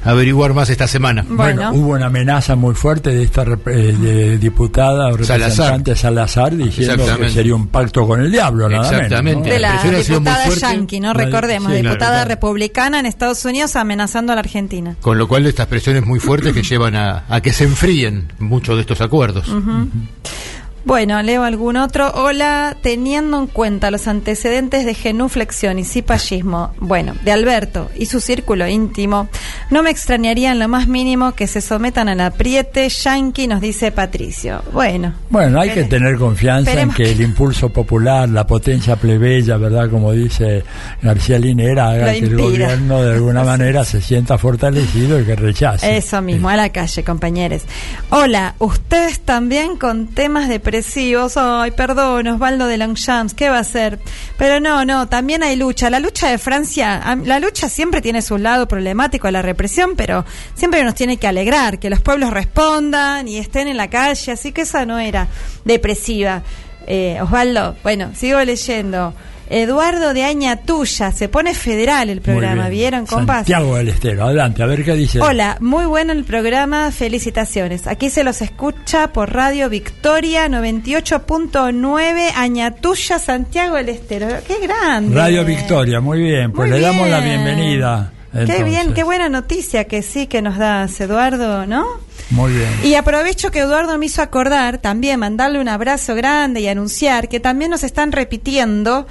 averiguar más esta semana. Bueno, hubo una amenaza muy fuerte de esta diputada o representante Salazar diciendo que sería un pacto con el diablo, nada menos. Exactamente. De la diputada yanqui, ¿no? Recordemos, diputada republicana en Estados Unidos amenazando a la Argentina. Con lo cual estas presiones muy fuertes que llevan a que se enfríen muchos de estos acuerdos. Bueno, leo algún otro. Hola, teniendo en cuenta los antecedentes de genuflexión y cipallismo, bueno, de Alberto y su círculo íntimo, no me extrañaría en lo más mínimo que se sometan al apriete yanqui, nos dice Patricio. Bueno, hay que tener confianza en que el impulso popular, la potencia plebeya, ¿verdad? Como dice García Linera, haga que el gobierno de alguna manera se sienta fortalecido y que rechace. Eso mismo, a la calle, compañeros. Hola, ustedes también con temas depresivos. Ay, perdón, Osvaldo de Longchamps, ¿qué va a hacer? Pero no, también hay lucha. La lucha de Francia, la lucha siempre tiene su lado problemático, la represión, pero siempre nos tiene que alegrar, que los pueblos respondan y estén en la calle, así que esa no era depresiva. Osvaldo, bueno, sigo leyendo. Eduardo de Añatuya, se pone federal el programa, ¿vieron, compas? Santiago del Estero, adelante, a ver qué dice. Hola, muy bueno el programa, felicitaciones. Aquí se los escucha por Radio Victoria 98.9, Añatuya, Santiago del Estero. ¡Qué grande! Radio Victoria, muy bien, pues muy le damos la bienvenida. Entonces. Qué bien, qué buena noticia que sí que nos das, Eduardo, ¿no? Muy bien. Y aprovecho que Eduardo me hizo acordar también, mandarle un abrazo grande y anunciar que también nos están repitiendo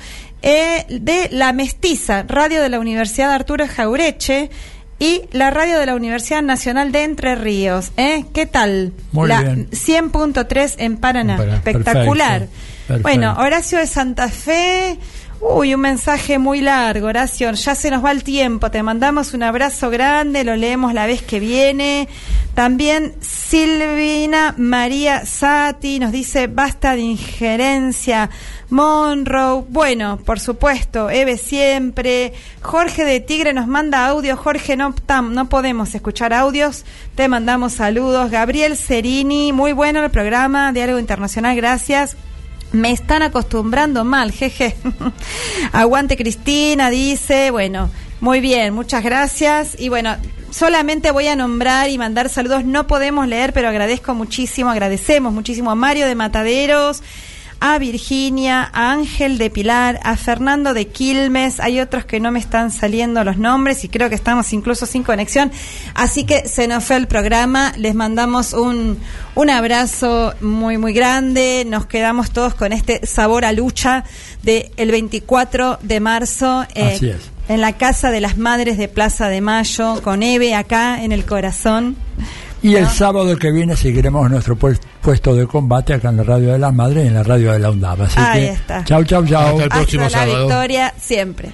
de La Mestiza, radio de la Universidad Arturo Jaureche y la radio de la Universidad Nacional de Entre Ríos. ¿Qué tal? Muy bien. 100.3 en Paraná. Espectacular. Perfecto. Bueno, Horacio de Santa Fe. Un mensaje muy largo, Horacio, ya se nos va el tiempo, te mandamos un abrazo grande, lo leemos la vez que viene. También Silvina María Sati nos dice, basta de injerencia, Monroe, bueno, por supuesto, Eve siempre. Jorge de Tigre nos manda audio. Jorge, no podemos escuchar audios, te mandamos saludos. Gabriel Cerini, muy bueno el programa, Diálogo Internacional, gracias. Me están acostumbrando mal, jeje. Aguante Cristina, dice, bueno, muy bien, muchas gracias. Y bueno, solamente voy a nombrar y mandar saludos, no podemos leer, pero agradecemos muchísimo a Mario de Mataderos, a Virginia, a Ángel de Pilar, a Fernando de Quilmes. Hay otros que no me están saliendo los nombres y creo que estamos incluso sin conexión, así que se nos fue el programa. Les mandamos un abrazo muy muy grande. Nos quedamos todos con este sabor a lucha del 24 de marzo. Así es. En la Casa de las Madres de Plaza de Mayo, con Eve acá en el corazón. Y el sábado que viene seguiremos nuestro puesto de combate acá en la Radio de las Madres y en la Radio de la UNDAB. Así ahí que, está. Chau. Hasta el próximo sábado. La victoria siempre.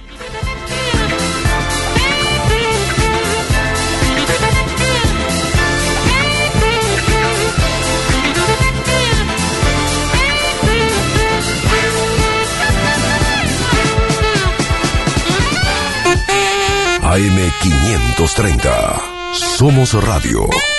AM530. Somos Radio.